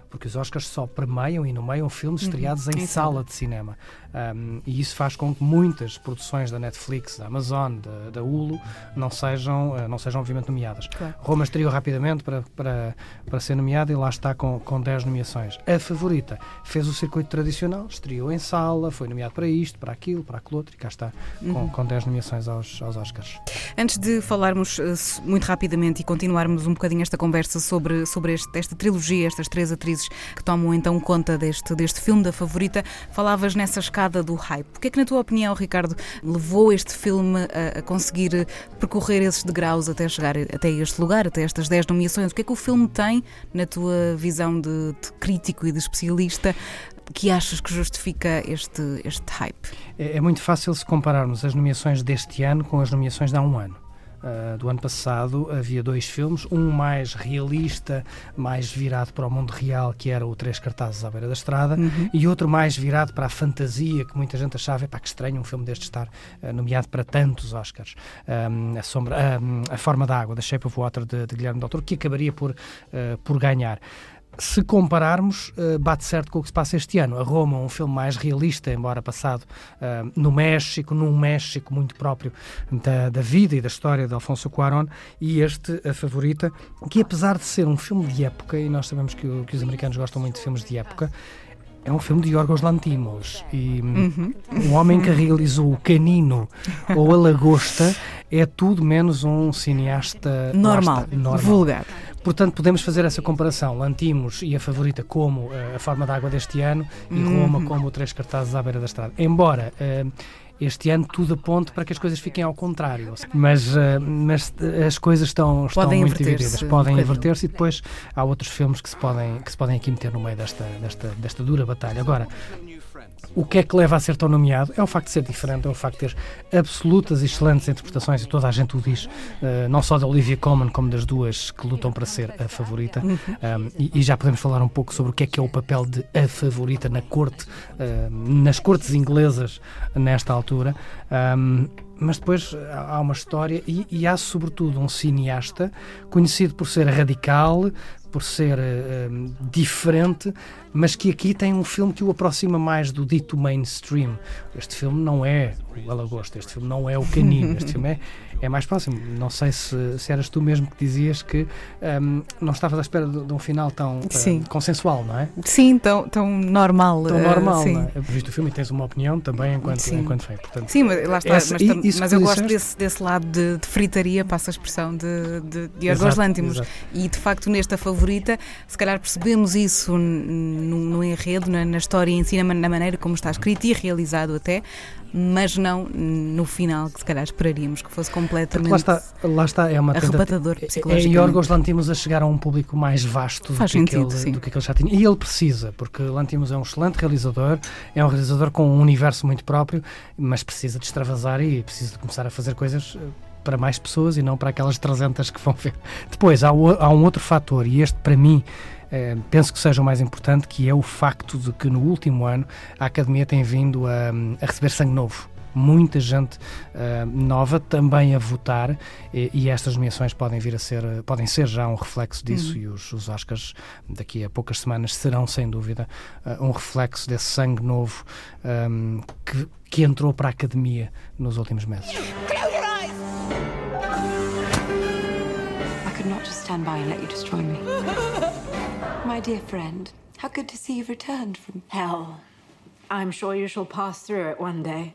porque os Oscars só premiam e nomeiam filmes estreados em sala de cinema. E isso faz com que muitas produções da Netflix, da Amazon, da Hulu, não sejam obviamente nomeadas. Claro. Roma estreou rapidamente para ser nomeada e lá está com 10 nomeações. A Favorita fez o circuito tradicional, estreou em sala, foi nomeado para isto, para aquilo, para aquele outro, e cá está com 10 nomeações aos Oscars. Antes de falarmos muito rapidamente e continuarmos um bocadinho esta conversa sobre esta trilogia, estas 3 atrizes que tomam então conta deste filme da Favorita, falavas nessa escada do hype. O que é que, na tua opinião, Ricardo, levou este filme a conseguir percorrer esses degraus até chegar até este lugar, até estas 10 nomeações? O que é que o filme tem, na tua visão de crítico e de especialista, que achas que justifica este hype? É muito fácil se compararmos as nomeações deste ano com as nomeações de há um ano. Do ano passado havia 2 filmes, um mais realista, mais virado para o mundo real, que era o 3 Cartazes à Beira da Estrada, e outro mais virado para a fantasia, que muita gente achava, que estranho um filme deste estar nomeado para tantos Oscars. A Forma da Água, The Shape of Water, de Guilherme Del Toro, que acabaria por ganhar. Se compararmos, bate certo com o que se passa este ano. A Roma, um filme mais realista, embora passado no México, num México muito próprio da vida e da história de Alfonso Cuarón, e este, A Favorita, que apesar de ser um filme de época, e nós sabemos que os americanos gostam muito de filmes de época, é um filme de Yorgos Lanthimos, e o homem que realizou o Canino ou a Lagosta é tudo menos um cineasta normal. Vulgar. Portanto, podemos fazer essa comparação. Lanthimos e A Favorita como A Forma da Água deste ano e Roma como o 3 Cartazes à Beira da Estrada. Embora este ano tudo aponte para que as coisas fiquem ao contrário. Mas as coisas estão muito divididas. Podem inverter-se, e depois há outros filmes que se podem aqui meter no meio desta dura batalha. Agora, o que é que leva a ser tão nomeado? É o facto de ser diferente, é o facto de ter absolutas e excelentes interpretações, e toda a gente o diz, não só da Olivia Colman como das duas que lutam para ser a Favorita. E já podemos falar um pouco sobre o que é o papel de a Favorita na corte, nas cortes inglesas nesta altura. Mas depois há uma história e há sobretudo um cineasta conhecido por ser radical, por ser diferente, mas que aqui tem um filme que o aproxima mais do dito mainstream. Este filme não é o A Lagosta, este filme não é o Canino, este filme é mais próximo. Não sei se eras tu mesmo que dizias que não estavas à espera de um final tão consensual, não é? Sim, tão normal. Tão normal, sim. Não é? Viste o filme e tens uma opinião também enquanto fã. Portanto, sim, mas lá está. Mas eu gosto desse lado de fritaria, passa a expressão, de Yorgos Lanthimos. E de facto, nesta Favorita, se calhar percebemos isso no enredo, na história em si, na maneira como está escrito e realizado até, mas não no final, que se calhar esperaríamos que fosse completamente lá está, é uma arrebatador psicologicamente. É Yorgos Lanthimos a chegar a um público mais vasto do que ele já tinha. E ele precisa, porque Lanthimos é um excelente realizador, é um realizador com um universo muito próprio, mas precisa de extravasar e precisa de começar a fazer coisas para mais pessoas e não para aquelas 300 que vão ver. Depois há um outro fator, e este para mim penso que seja o mais importante, que é o facto de que no último ano a Academia tem vindo a receber sangue novo. Muita gente nova também a votar, e estas nomeações podem ser já um reflexo disso, e os Oscars daqui a poucas semanas serão sem dúvida um reflexo desse sangue novo que entrou para a Academia nos últimos meses. I could not just stand by and let you destroy me. My dear friend, how good to see you've returned from hell. I'm sure you shall pass through it one day.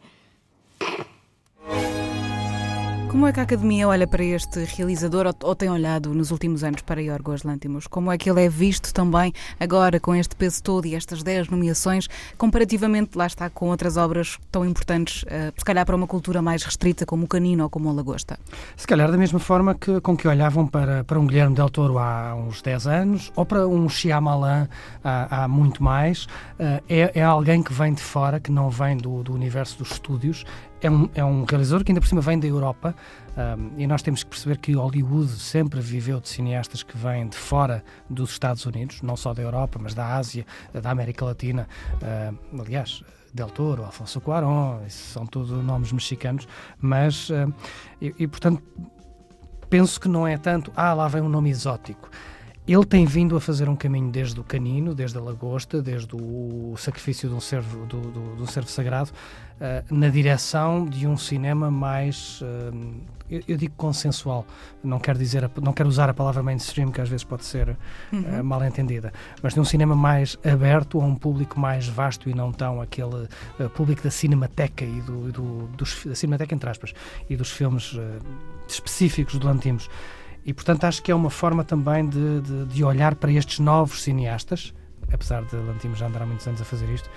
Como é que a Academia olha para este realizador, ou tem olhado nos últimos anos para Yorgos Lanthimos? Como é que ele é visto também agora com este peso todo e estas 10 nomeações, comparativamente, lá está, com outras obras tão importantes, se calhar para uma cultura mais restrita como o Canino ou como a Lagosta? Se calhar da mesma forma com que olhavam para um Guilherme Del Toro há uns 10 anos, ou para um Shyamalan há muito mais. É alguém que vem de fora, que não vem do universo dos estúdios. É um realizador que ainda por cima vem da Europa, e nós temos que perceber que Hollywood sempre viveu de cineastas que vêm de fora dos Estados Unidos, não só da Europa, mas da Ásia, da América Latina. Aliás, Del Toro, Alfonso Cuarón, são tudo nomes mexicanos, mas, portanto, penso que não é tanto, lá vem um nome exótico. Ele tem vindo a fazer um caminho desde o Canino, desde a Lagosta, desde o sacrifício de um servo, do servo sagrado, na direção de um cinema mais, eu digo consensual, não quero usar a palavra mainstream, que às vezes pode ser mal entendida, mas de um cinema mais aberto a um público mais vasto e não tão aquele público da cinemateca e da cinemateca entre aspas, e dos filmes específicos do Lanthimos. E, portanto, acho que é uma forma também de olhar para estes novos cineastas, apesar de Lanthimos já andar há muitos anos a fazer isto,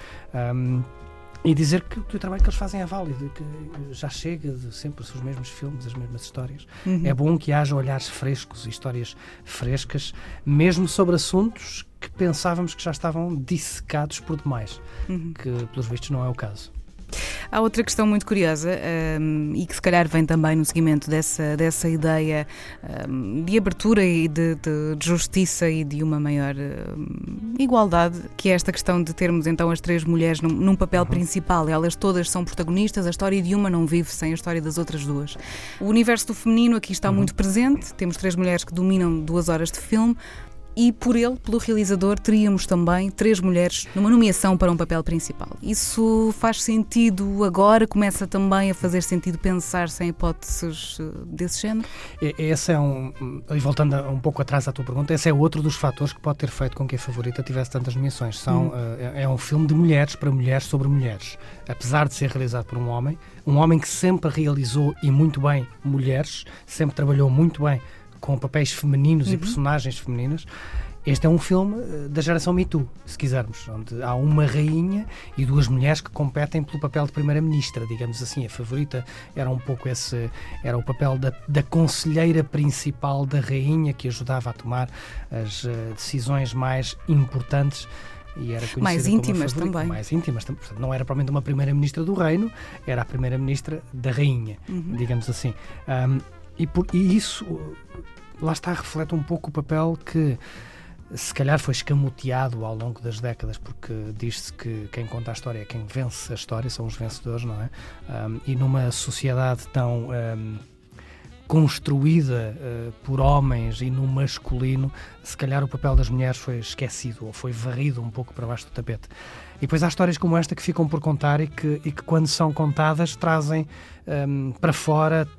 e dizer que o trabalho que eles fazem é válido, que já chega de sempre os mesmos filmes, as mesmas histórias. É bom que haja olhares frescos e histórias frescas, mesmo sobre assuntos que pensávamos que já estavam dissecados por demais, que, pelos vistos, não é o caso. Há outra questão muito curiosa e que se calhar vem também no seguimento dessa ideia de abertura e de justiça e de uma maior igualdade, que é esta questão de termos então as 3 mulheres num papel principal. Elas todas são protagonistas, a história de uma não vive sem a história das outras 2. O universo do feminino aqui está muito presente, temos 3 mulheres que dominam 2 horas de filme. E pelo realizador, teríamos também 3 mulheres numa nomeação para um papel principal. Isso faz sentido agora? Começa também a fazer sentido pensar-se em hipóteses desse género? Esse e voltando um pouco atrás à tua pergunta, esse é outro dos fatores que pode ter feito com que A Favorita tivesse tantas nomeações. É um filme de mulheres para mulheres sobre mulheres. Apesar de ser realizado por um homem que sempre realizou e muito bem mulheres, sempre trabalhou muito bem com papéis femininos e personagens femininas. Este é um filme da geração Me Too, se quisermos, onde há uma rainha e 2 mulheres que competem pelo papel de primeira-ministra, digamos assim. A Favorita era um pouco era o papel da conselheira principal da rainha, que ajudava a tomar as decisões mais importantes e era conhecida mais íntimas como também. Mais íntimas, portanto, não era provavelmente uma primeira-ministra do reino, era a primeira-ministra da rainha, digamos assim. E isso, lá está, reflete um pouco o papel que se calhar foi escamoteado ao longo das décadas, porque diz-se que quem conta a história é quem vence a história, são os vencedores, não é? E numa sociedade tão construída por homens e no masculino, se calhar o papel das mulheres foi esquecido ou foi varrido um pouco para baixo do tapete. E depois há histórias como esta que ficam por contar e que quando são contadas trazem para fora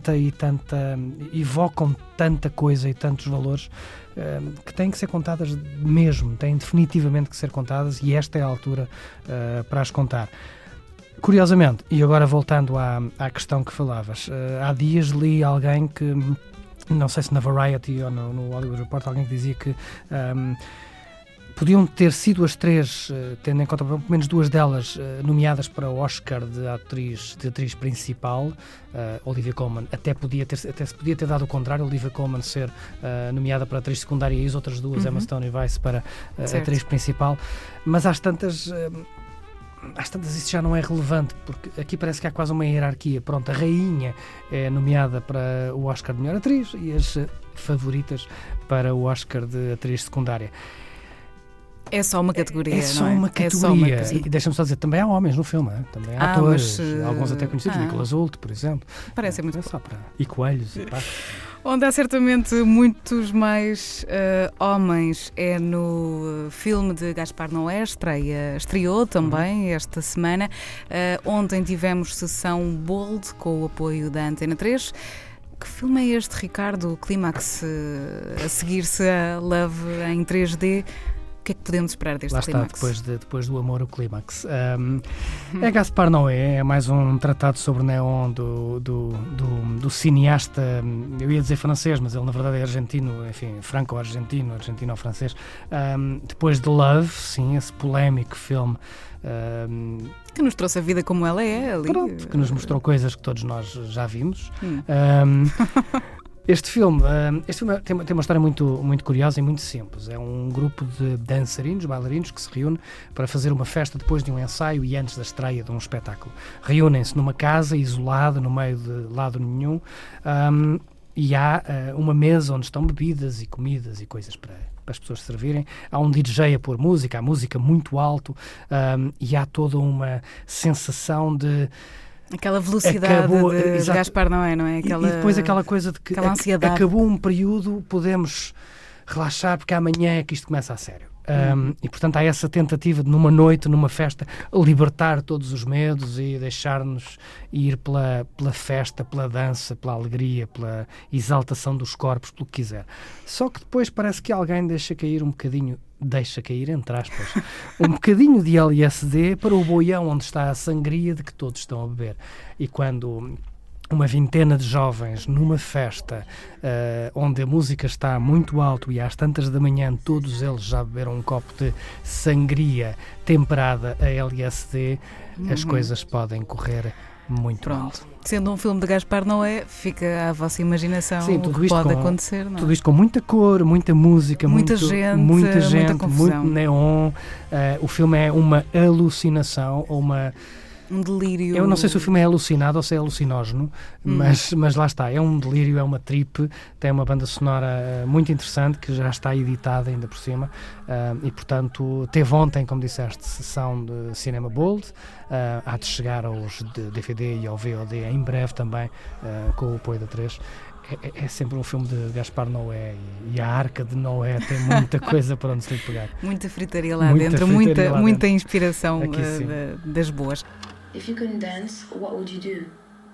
evocam tanta coisa e tantos valores que têm que ser contadas mesmo, têm definitivamente que ser contadas, e esta é a altura para as contar. Curiosamente, e agora voltando à questão que falavas, há dias li alguém que, não sei se na Variety ou no Hollywood Report, alguém que dizia que podiam ter sido as 3, tendo em conta pelo menos 2 delas nomeadas para o Oscar de atriz principal. Olivia Colman até se podia ter dado o contrário, Olivia Colman ser nomeada para atriz secundária e as outras 2, Emma Stone e Weisz, para atriz principal. Mas às tantas isso já não é relevante, porque aqui parece que há quase uma hierarquia. Pronto, a rainha é nomeada para o Oscar de melhor atriz e as favoritas para o Oscar de atriz secundária. É só uma categoria, não é? É só uma categoria. E deixa-me só dizer, também há homens no filme, também há atores, alguns até conhecidos, Nicolas Hoult, por exemplo. Parece muito só para... E coelhos e pá. Onde há certamente muitos mais homens é no filme de Gaspar Noé, estreou também esta semana. Ontem tivemos sessão Bold com o apoio da Antena 3. Que filme é este, Ricardo? Clímax a seguir-se a Love em 3D. O que é que podemos esperar deste Clímax? Lá está, depois do amor, o Clímax. É Gaspar Noé, é mais um tratado sobre Neon do cineasta, eu ia dizer francês, mas ele na verdade é argentino, enfim, franco-argentino, argentino-francês. Depois de Love, sim, esse polémico filme. Que nos trouxe a vida como ela é ali. Pronto, que nos mostrou coisas que todos nós já vimos. Este filme tem uma história muito, muito curiosa e muito simples. É um grupo de dançarinos, bailarinos, que se reúne para fazer uma festa depois de um ensaio e antes da estreia de um espetáculo. Reúnem-se numa casa isolada, no meio de lado nenhum, e há uma mesa onde estão bebidas e comidas e coisas para as pessoas servirem. Há um DJ a pôr música, a música muito alto, e há toda uma sensação de... Aquela velocidade de Gaspar Noé, não é? E depois aquela coisa de que ansiedade. Acabou um período, podemos relaxar porque amanhã é que isto começa a sério. E portanto há essa tentativa de numa noite, numa festa, libertar todos os medos e deixar-nos ir pela festa, pela dança, pela alegria, pela exaltação dos corpos, pelo que quiser. Só que depois parece que alguém deixa cair, entre aspas, um bocadinho de LSD para o boião onde está a sangria de que todos estão a beber. E quando uma vintena de jovens numa festa onde a música está muito alto e às tantas da manhã todos eles já beberam um copo de sangria temperada a LSD, as coisas podem correr muito mal. Sendo um filme de Gaspar Noé, fica à vossa imaginação. Sim, o que pode acontecer. Não é? Tudo isto com muita cor, muita música, muita gente, muita confusão. muito neon. O filme é uma alucinação ou um delírio. Eu não sei se o filme é alucinado ou se é alucinógeno, mas lá está, é um delírio, é uma trip, tem uma banda sonora muito interessante que já está editada ainda por cima e portanto teve ontem, como disseste, sessão de Cinema Bold, há de chegar aos DVD e ao VOD em breve também, com o apoio da 3. É sempre um filme de Gaspar Noé e a Arca de Noé tem muita coisa para onde se lhe pegar. Muita fritaria lá dentro, muita inspiração das boas. If you couldn't dance, what would you do?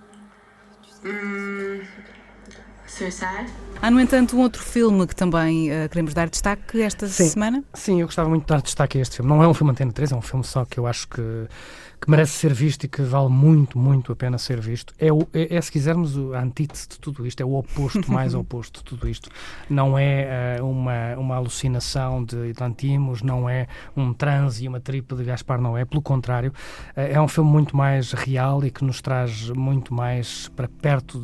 Suicide? Há, no entanto, um outro filme que também queremos dar destaque esta semana? Sim, eu gostava muito de dar destaque a este filme. Não é um filme Antena 3, é um filme só que eu acho que merece ser visto e que vale muito, muito a pena ser visto. É se quisermos, a antítese de tudo isto, é o oposto, mais oposto de tudo isto. Não é uma alucinação de Lantimos, não é um transe e uma trip de Gaspar Noé, pelo contrário, é um filme muito mais real e que nos traz muito mais para perto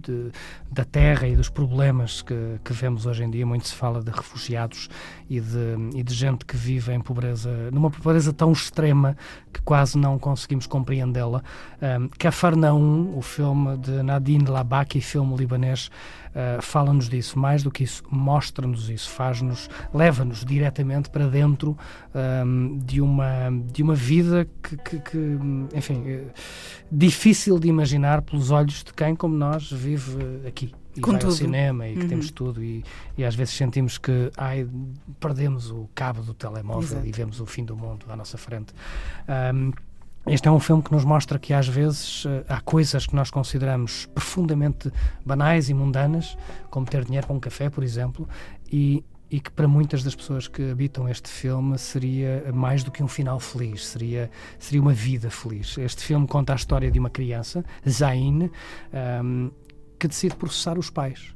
da terra e dos problemas que vemos hoje em dia. Muito se fala de refugiados e de gente que vive em pobreza, numa pobreza tão extrema que quase não conseguimos compreendê-la. Cafarnaum, o filme de Nadine Labaki, filme libanês, fala-nos disso. Mais do que isso, mostra-nos isso, leva-nos diretamente para dentro de uma vida que enfim, difícil de imaginar pelos olhos de quem, como nós, vive aqui. E vai ao cinema e que temos tudo e às vezes sentimos que perdemos o cabo do telemóvel. Exato. E vemos o fim do mundo à nossa frente. Este é um filme que nos mostra que às vezes há coisas que nós consideramos profundamente banais e mundanas, como ter dinheiro para um café, por exemplo, e que para muitas das pessoas que habitam este filme seria mais do que um final feliz, seria uma vida feliz. Este filme conta a história de uma criança, Zayn, que decide processar os pais.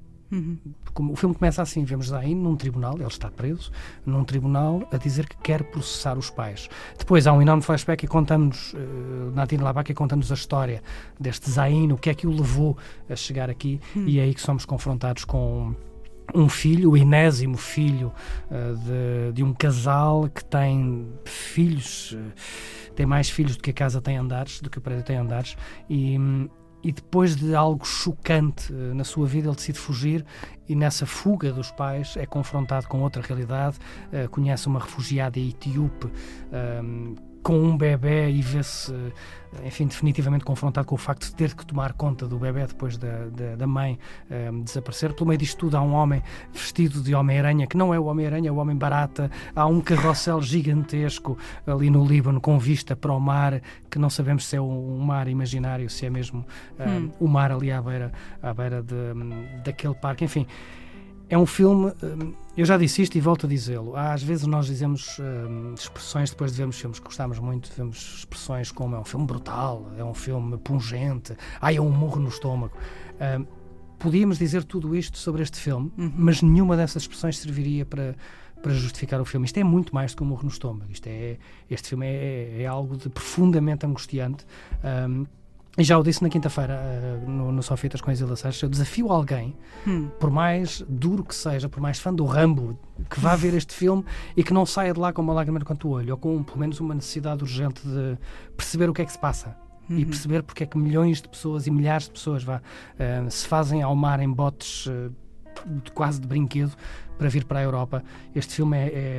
O filme começa assim, vemos Zayn num tribunal, ele está preso num tribunal a dizer que quer processar os pais. Depois há um enorme flashback e contamos, Nadine Labaki conta-nos a história deste Zayn, o que é que o levou a chegar aqui, e é aí que somos confrontados com um filho, o enésimo filho de um casal que tem filhos, tem mais filhos do que a casa tem andares, do que o prédio tem andares, e depois de algo chocante na sua vida ele decide fugir e nessa fuga dos pais é confrontado com outra realidade, conhece uma refugiada etíope com um bebê e vê-se, enfim, definitivamente confrontado com o facto de ter que tomar conta do bebê depois da mãe desaparecer. Pelo meio disto tudo há um homem vestido de Homem-Aranha, que não é o Homem-Aranha, é o Homem-Barata. Há um carrossel gigantesco ali no Líbano com vista para o mar, que não sabemos se é um mar imaginário, se é mesmo o mar ali à beira daquele parque. Enfim, é um filme, eu já disse isto e volto a dizê-lo, às vezes nós dizemos expressões depois de vermos filmes que gostamos muito, vemos expressões como é um filme brutal, é um filme pungente, é um murro no estômago. Podíamos dizer tudo isto sobre este filme, mas nenhuma dessas expressões serviria para justificar o filme. Isto é muito mais do que um murro no estômago. Este filme é algo de profundamente angustiante. E já o disse na quinta-feira no Só Fitas com a Isilda Seixas, eu desafio alguém, por mais duro que seja, por mais fã do Rambo, que vá ver este filme e que não saia de lá com uma lágrima no canto do olho, ou com pelo menos uma necessidade urgente de perceber o que é que se passa e perceber porque é que milhões de pessoas e milhares de pessoas se fazem ao mar em botes quase de brinquedo para vir para a Europa. Este filme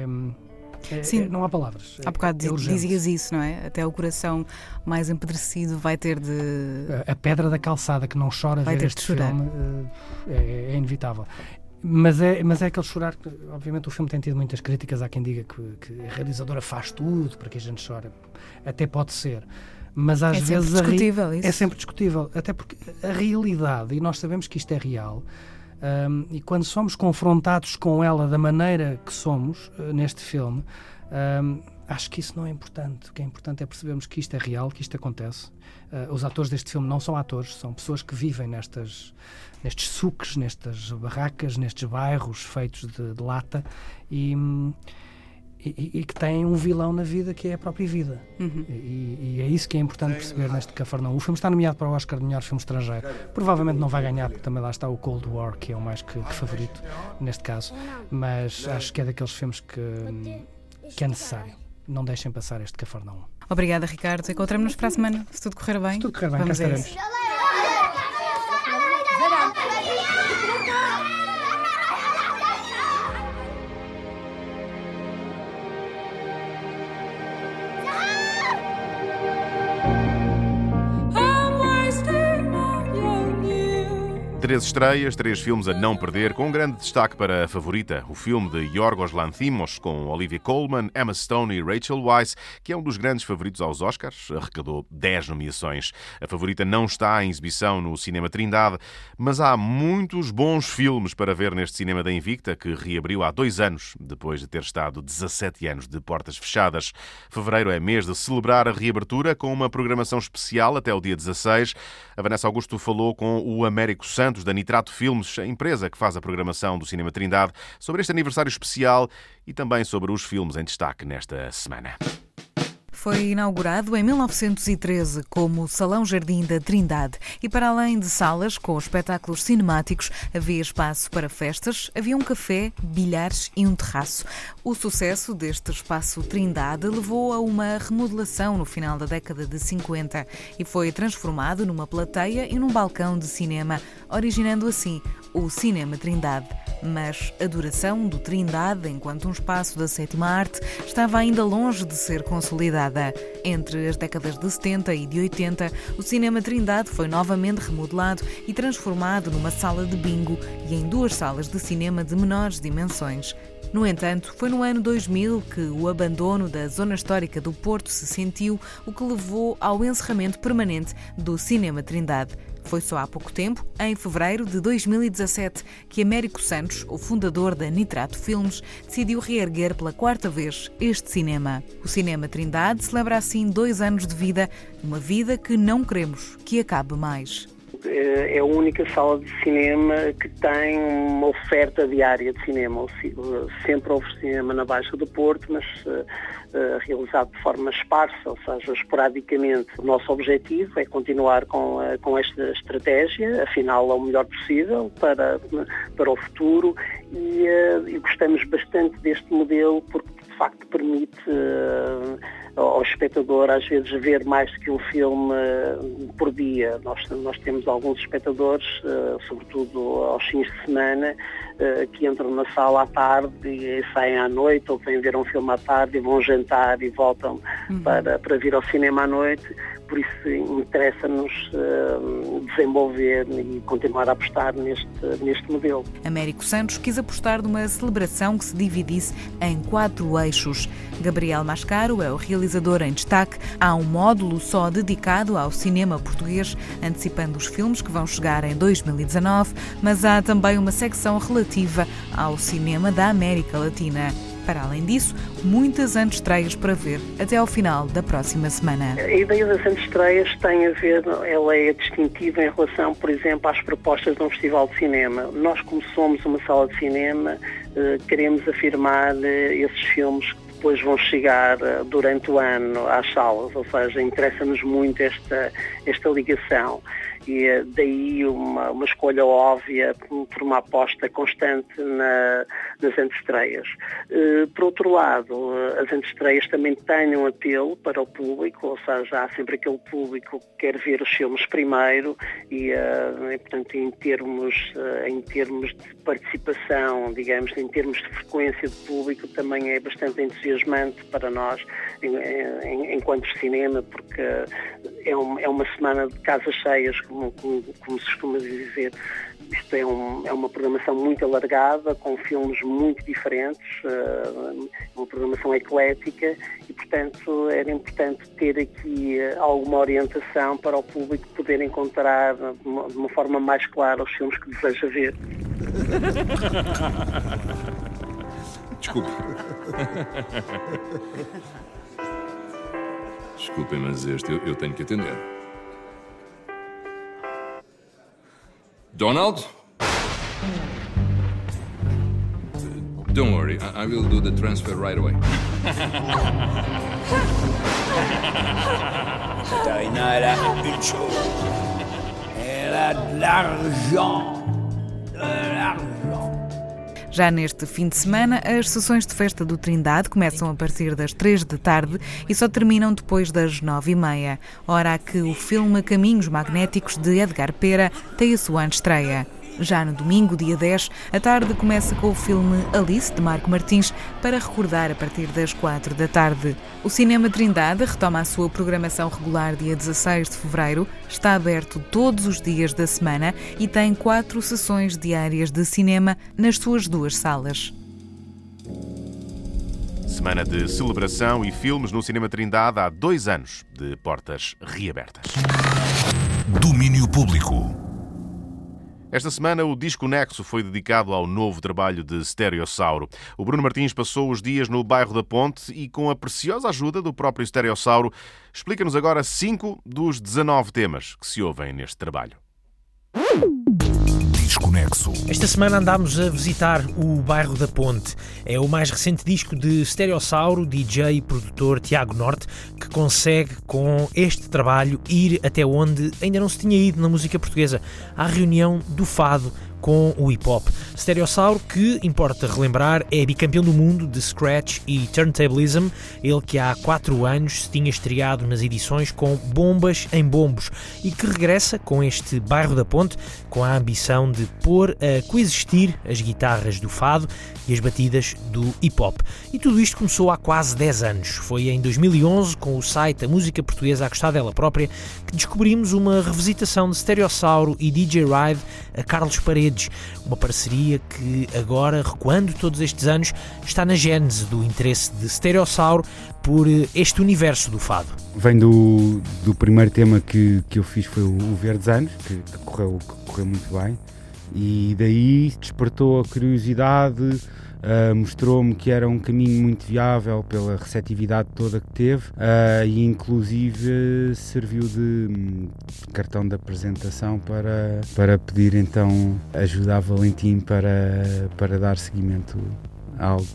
Sim, não há palavras. Há bocado dizias isso, não é? Até o coração mais empedrecido vai ter de... A pedra da calçada que não chora ver este filme é inevitável. Mas é aquele chorar que, obviamente, o filme tem tido muitas críticas. Há quem diga que a realizadora faz tudo para que a gente chore. Até pode ser. Mas às vezes discutível isso. É sempre discutível. Até porque a realidade, e nós sabemos que isto é real, e quando somos confrontados com ela da maneira que somos neste filme, acho que isso não é importante. O que é importante é percebermos que isto é real, que isto acontece. Os atores deste filme não são atores, são pessoas que vivem nestes suques, nestas barracas, nestes bairros feitos de lata e que têm um vilão na vida que é a própria vida. E é isso que é importante perceber neste Cafarnaum. O filme está nomeado para o Oscar de melhor filme estrangeiro. Provavelmente não vai ganhar, porque também lá está o Cold War, que é o mais que favorito neste caso. Mas acho que é daqueles filmes que é necessário. Não deixem passar este Cafarnaum. Obrigada, Ricardo. Encontramos-nos para a semana, se tudo correr bem. Se tudo correr bem, cá estaremos. Três estreias, 3 filmes a não perder, com um grande destaque para a favorita, o filme de Yorgos Lanthimos, com Olivia Colman, Emma Stone e Rachel Weisz, que é um dos grandes favoritos aos Oscars, arrecadou 10 nomeações. A favorita não está em exibição no Cinema Trindade, mas há muitos bons filmes para ver neste Cinema da Invicta, que reabriu há 2 anos, depois de ter estado 17 anos de portas fechadas. Fevereiro é mês de celebrar a reabertura, com uma programação especial até o dia 16. A Vanessa Augusto falou com o Américo Santos, da Nitrato Filmes, a empresa que faz a programação do Cinema Trindade, sobre este aniversário especial e também sobre os filmes em destaque nesta semana. Foi inaugurado em 1913 como Salão Jardim da Trindade e, para além de salas com espetáculos cinemáticos, havia espaço para festas, havia um café, bilhares e um terraço. O sucesso deste espaço Trindade levou a uma remodelação no final da década de 50 e foi transformado numa plateia e num balcão de cinema, originando assim o Cinema Trindade. Mas a duração do Trindade, enquanto um espaço da sétima arte, estava ainda longe de ser consolidada. Entre as décadas de 70 e de 80, o Cinema Trindade foi novamente remodelado e transformado numa sala de bingo e em 2 salas de cinema de menores dimensões. No entanto, foi no ano 2000 que o abandono da zona histórica do Porto se sentiu, o que levou ao encerramento permanente do Cinema Trindade. Foi só há pouco tempo, em fevereiro de 2017, que Américo Santos, o fundador da Nitrato Filmes, decidiu reerguer pela 4ª vez este cinema. O Cinema Trindade celebra assim 2 anos de vida, uma vida que não queremos que acabe mais. É a única sala de cinema que tem uma oferta diária de cinema. Sempre houve cinema na Baixa do Porto, mas realizado de forma esparsa, ou seja, esporadicamente. O nosso objetivo é continuar com esta estratégia, afinal é o melhor possível para o futuro e gostamos bastante deste modelo porque de facto permite ao espectador às vezes ver mais do que um filme por dia. Nós temos alguns espectadores, sobretudo aos fins de semana, que entram na sala à tarde e saem à noite, ou vêm ver um filme à tarde e vão jantar e voltam para vir ao cinema à noite. Por isso interessa-nos desenvolver e continuar a apostar neste modelo. Américo Santos quis apostar numa celebração que se dividisse em 4 eixos. Gabriel Mascaro é o realizador em destaque. Há um módulo só dedicado ao cinema português, antecipando os filmes que vão chegar em 2019, mas há também uma secção relativa ao cinema da América Latina. Para além disso, muitas antestreias para ver até ao final da próxima semana. A ideia das antestreias tem a ver, ela é distintiva em relação, por exemplo, às propostas de um festival de cinema. Nós, como somos uma sala de cinema, queremos afirmar esses filmes que depois vão chegar durante o ano às salas, ou seja, interessa-nos muito esta ligação. E daí uma escolha óbvia por uma aposta constante nas antestreias. Por outro lado, as antestreias também têm um apelo para o público, ou seja, há sempre aquele público que quer ver os filmes primeiro e portanto, em termos de participação, digamos, em termos de frequência de público, também é bastante entusiasmante para nós, enquanto cinema, porque é uma semana de casas cheias, como se costuma dizer. Isto é uma programação muito alargada, com filmes muito diferentes, uma programação eclética e, portanto, era importante ter aqui alguma orientação para o público poder encontrar de uma forma mais clara os filmes que deseja ver. Desculpe. Desculpem, mas este eu tenho que atender. Donald? Don't worry, I will do the transfer right away. Katarina, elle a une chose. Elle a de l'argent. De l'argent. Já neste fim de semana, as sessões de festa do Trindade começam a partir das 3 da tarde e só terminam depois das 9h30, hora a que o filme Caminhos Magnéticos de Edgar Pera tem a sua antestreia. Já no domingo, dia 10, a tarde começa com o filme Alice, de Marco Martins, para recordar a partir das 4 da tarde. O Cinema Trindade retoma a sua programação regular dia 16 de fevereiro, está aberto todos os dias da semana e tem 4 sessões diárias de cinema nas suas 2 salas. Semana de celebração e filmes no Cinema Trindade há 2 anos, de portas reabertas. Domínio Público. Esta semana, o Disco Nexo foi dedicado ao novo trabalho de Stereossauro. O Bruno Martins passou os dias no bairro da Ponte e, com a preciosa ajuda do próprio Stereossauro, explica-nos agora 5 dos 19 temas que se ouvem neste trabalho. Disco Nexo. Esta semana andámos a visitar o bairro da Ponte. É o mais recente disco de Stereossauro, DJ e produtor Tiago Norte, que consegue, com este trabalho, ir até onde ainda não se tinha ido na música portuguesa, à reunião do fado com o hip-hop. Stereossauro, que, importa relembrar, é bicampeão do mundo de Scratch e Turntablism, ele que há 4 anos se tinha estreado nas edições com Bombas em Bombos e que regressa com este bairro da Ponte com a ambição de pôr a coexistir as guitarras do fado e as batidas do hip-hop. E tudo isto começou há quase 10 anos. Foi em 2011, com o site A Música Portuguesa a gostar dela própria, que descobrimos uma revisitação de Stereossauro e DJ Ride a Carlos Paredes, uma parceria que agora, recuando todos estes anos, está na gênese do interesse de Stereossauro por este universo do fado. Vem do primeiro tema que eu fiz, foi o Verdes Anos, que correu muito bem, e daí despertou a curiosidade, mostrou-me que era um caminho muito viável pela receptividade toda que teve, e inclusive serviu de cartão de apresentação para pedir então ajuda a Valentim para dar seguimento algo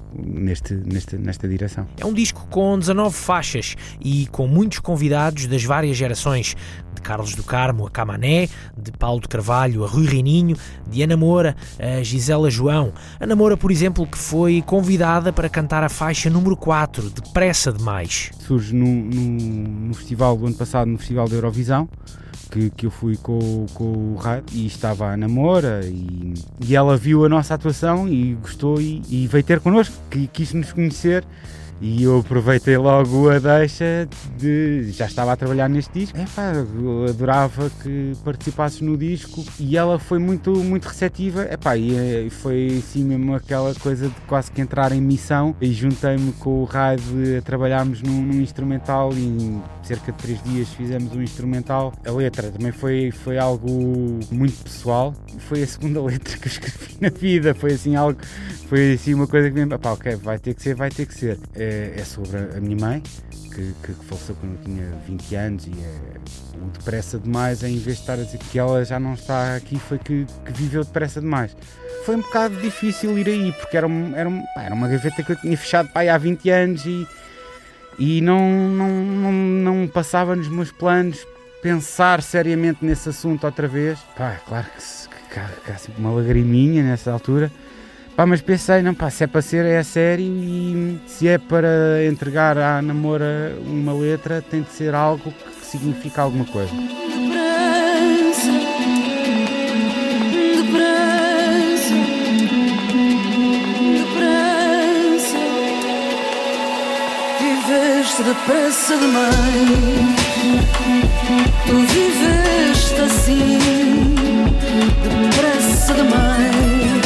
nesta direção. É um disco com 19 faixas e com muitos convidados das várias gerações, de Carlos do Carmo a Camané, de Paulo de Carvalho a Rui Reininho, de Ana Moura a Gisela João. Ana Moura, por exemplo, que foi convidada para cantar a faixa número 4, Depressa Demais. Surge no festival do ano passado, no Festival da Eurovisão, que eu fui com o Raio, e estava a Ana Moura e ela viu a nossa atuação e gostou e veio ter connosco, quis nos conhecer. E eu aproveitei logo a deixa já estava a trabalhar neste disco. Eu adorava que participasses no disco, e ela foi muito, muito receptiva. E foi assim mesmo aquela coisa de quase que entrar em missão, e juntei-me com o Raid a trabalharmos num instrumental, e em cerca de 3 dias fizemos um instrumental. A letra também foi algo muito pessoal, foi a segunda letra que eu escrevi na vida, foi assim uma coisa que me... ok, vai ter que ser. É sobre a minha mãe, que faleceu quando eu tinha 20 anos, e o depressa demais, em vez de estar a dizer que ela já não está aqui, foi que viveu depressa demais. Foi um bocado difícil ir aí, porque era uma gaveta que eu tinha fechado há 20 anos e não passava nos meus planos pensar seriamente nesse assunto outra vez. Claro que há sempre uma lagriminha nessa altura. Mas pensei, se é para ser, é a sério, e se é para entregar à Namora uma letra, tem de ser algo que significa alguma coisa. Depressa, viveste depressa demais, tu viveste assim, depressa demais.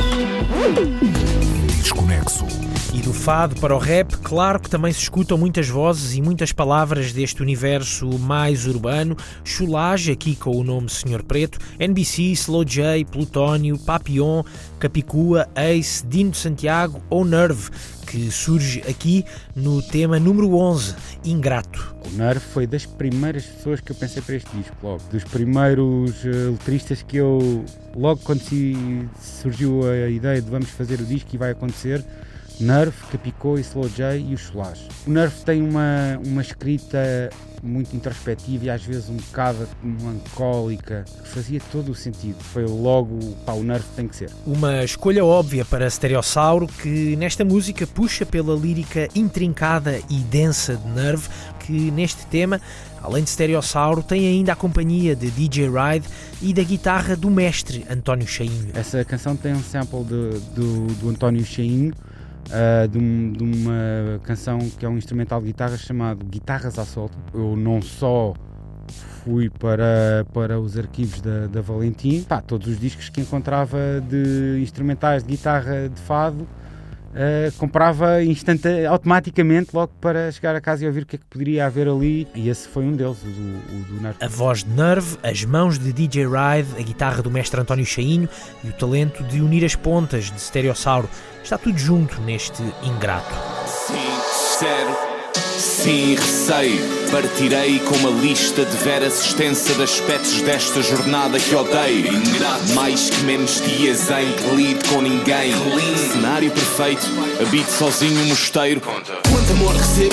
Desconexo. E do fado para o rap, claro que também se escutam muitas vozes e muitas palavras deste universo mais urbano. Chulage, aqui com o nome Senhor Preto, NBC, Slow J, Plutónio, Papillon, Capicua, Ace, Dino de Santiago ou Nerve, que surge aqui no tema número 11, Ingrato. O Nerve foi das primeiras pessoas que eu pensei para este disco, logo. Dos primeiros letristas que eu, logo quando surgiu a ideia de vamos fazer o disco e vai acontecer, Nerve, Capicua, Slow J e o Chulage. O Nerve tem uma escrita muito introspectiva e às vezes um bocado melancólica, que fazia todo o sentido. Foi logo, o Nerve tem que ser. Uma escolha óbvia para Stereossauro, que nesta música puxa pela lírica intrincada e densa de Nerve, que neste tema, além de Stereossauro, tem ainda a companhia de DJ Ride e da guitarra do mestre António Chainho. Essa canção tem um sample do António Chainho, de uma canção que é um instrumental de guitarra chamado Guitarras à Solta. Eu não só fui para os arquivos da Valentim, todos os discos que encontrava de instrumentais de guitarra de fado, comprava automaticamente logo para chegar a casa e ouvir o que é que poderia haver ali, e esse foi um deles, o do Nerve. A voz de Nerve, as mãos de DJ Ride, a guitarra do mestre António Chainho e o talento de unir as pontas de Stereossauro, está tudo junto neste Ingrato. Sincero, sim receio, partirei com uma lista de veras extensa de aspectos desta jornada que odeio. Ingrato, mais que menos dias em que lido com ninguém. Cenário perfeito, habito sozinho um mosteiro. Quanto amor recebo?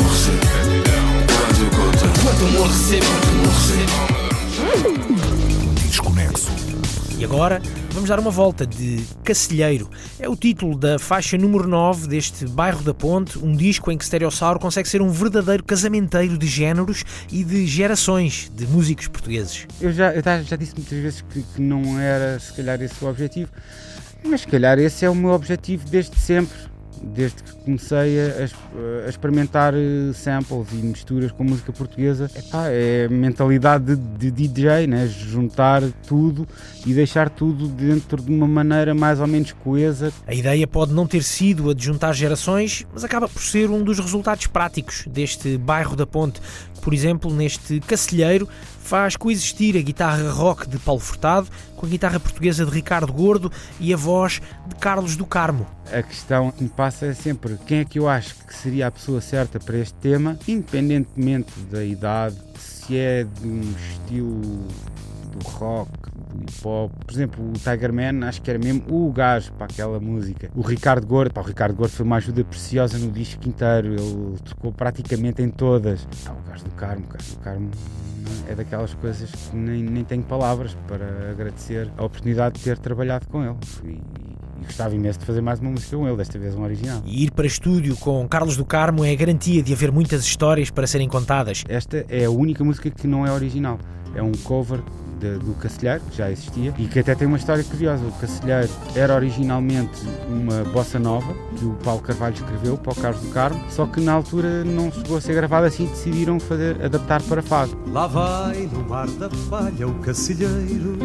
Quanto amor recebo? Desconexo. E agora vamos dar uma volta de Cacilheiro. É o título da faixa número 9 deste Bairro da Ponte, um disco em que Stereossauro consegue ser um verdadeiro casamenteiro de géneros e de gerações de músicos portugueses. Eu já disse muitas vezes que não era se calhar esse o objetivo, mas se calhar esse é o meu objetivo desde sempre. Desde que comecei a experimentar samples e misturas com música portuguesa, é a mentalidade de DJ, né? Juntar tudo e deixar tudo dentro de uma maneira mais ou menos coesa. A ideia pode não ter sido a de juntar gerações, mas acaba por ser um dos resultados práticos deste Bairro da Ponte. Por exemplo, neste Cacilheiro, faz coexistir a guitarra rock de Paulo Furtado com a guitarra portuguesa de Ricardo Gordo e a voz de Carlos do Carmo. A questão que me passa é sempre quem é que eu acho que seria a pessoa certa para este tema, independentemente da idade, se é de um estilo do rock, do hip-hop. Por exemplo, o Tiger Man, acho que era mesmo o gajo para aquela música. O Ricardo Gordo foi uma ajuda preciosa no disco inteiro, ele tocou praticamente em todas. O gajo do Carmo é daquelas coisas que nem tenho palavras para agradecer a oportunidade de ter trabalhado com ele. E gostava imenso de fazer mais uma música com ele, desta vez um original. E ir para estúdio com Carlos do Carmo é a garantia de haver muitas histórias para serem contadas. Esta é a única música que não é original. É um cover do Cacilheiro, que já existia, e que até tem uma história curiosa. O Cacilheiro era originalmente uma bossa nova que o Paulo Carvalho escreveu para o Carlos do Carmo, só que na altura não chegou a ser gravado assim e decidiram adaptar para fado. Lá vai no mar da palha o Cacilheiro.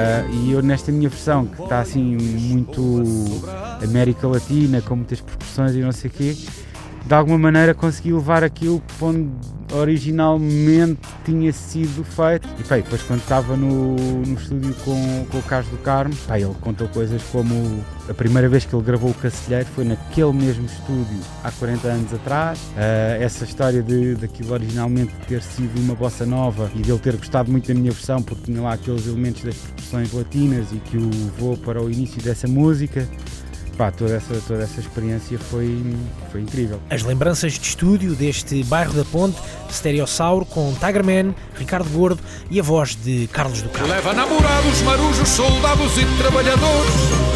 E eu nesta minha versão, que está assim muito América Latina, com muitas percussões e não sei o quê, de alguma maneira consegui levar aquilo para onde originalmente tinha sido feito. E depois quando estava no estúdio com o Carlos do Carmo, ele contou coisas como a primeira vez que ele gravou o Cacilheiro foi naquele mesmo estúdio há 40 anos atrás. Essa história daquilo originalmente ter sido uma bossa nova e dele ter gostado muito da minha versão porque tinha lá aqueles elementos das percussões latinas e que o levou para o início dessa música. Toda essa experiência foi incrível. As lembranças de estúdio deste Bairro da Ponte, Stereossauro com Tiger Man, Ricardo Gordo e a voz de Carlos do Carmo. Leva namorados, marujos, soldados e trabalhadores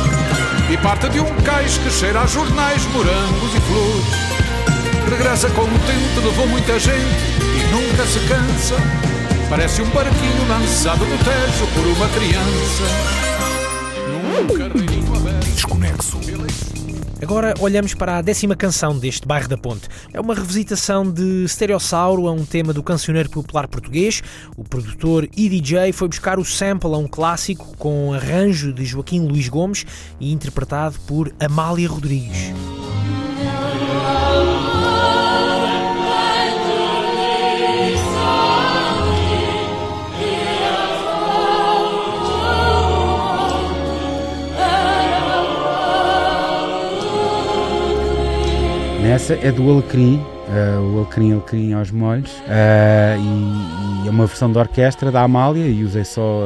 e parte de um cais que cheira a jornais, morangos e flores. Regressa contente, levou muita gente e nunca se cansa. Parece um barquinho lançado no Tejo por uma criança. Num carreirinho aberto. Desconexo. Agora olhamos para a 10ª canção deste Bairro da Ponte. É uma revisitação de Stereossauro a um tema do cancioneiro popular português. O produtor e DJ foi buscar o sample a um clássico com arranjo de Joaquim Luís Gomes e interpretado por Amália Rodrigues. Essa é do Alecrim, o Alecrim aos molhos, e é uma versão de orquestra da Amália, e usei só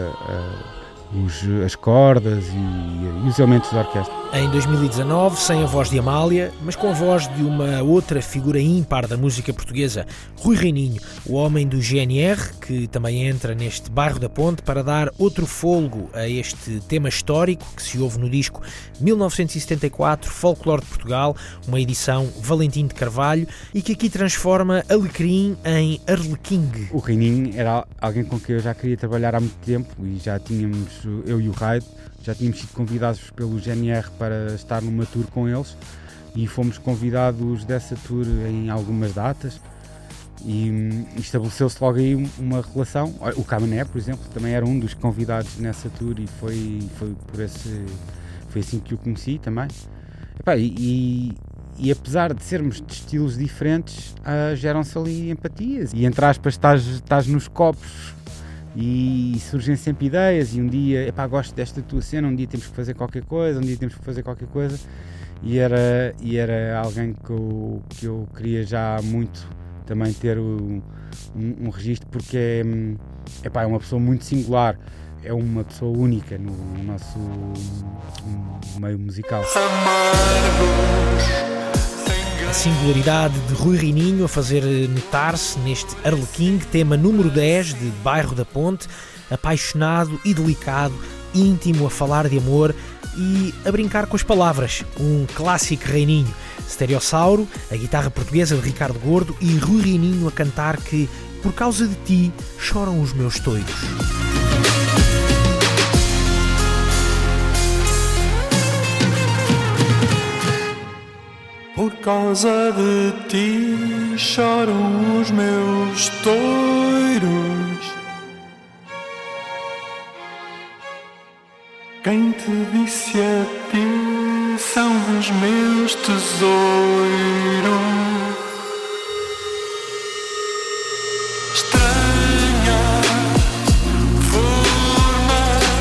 as cordas e os elementos da orquestra. Em 2019, sem a voz de Amália, mas com a voz de uma outra figura ímpar da música portuguesa, Rui Reininho, o homem do GNR, que também entra neste Bairro da Ponte para dar outro fôlego a este tema histórico que se ouve no disco 1974, Folclore de Portugal, uma edição Valentim de Carvalho, e que aqui transforma Alecrim em Arlequim. O Reininho era alguém com quem eu já queria trabalhar há muito tempo, e já tínhamos, eu e o Raid, já tínhamos sido convidados pelo GNR para estar numa tour com eles, e fomos convidados dessa tour em algumas datas, e estabeleceu-se logo aí uma relação. O Camané, por exemplo, também era um dos convidados nessa tour, e foi assim que o conheci também. E apesar de sermos de estilos diferentes, geram-se ali empatias, e entre aspas estás nos copos e surgem sempre ideias, e um dia, gosto desta tua cena, um dia temos que fazer qualquer coisa, e era alguém que eu queria já muito também ter um registro, porque é uma pessoa muito singular, é uma pessoa única no nosso meio musical. A singularidade de Rui Reininho a fazer notar-se neste Arlequim, tema número 10 de Bairro da Ponte, apaixonado e delicado, íntimo, a falar de amor e a brincar com as palavras. Um clássico Reininho. Stereossauro, a guitarra portuguesa de Ricardo Gordo, e Rui Reininho a cantar que, por causa de ti, choram os meus toiros. Por causa de ti choram os meus toiros. Quem te disse a ti são os meus tesouros. Estranha forma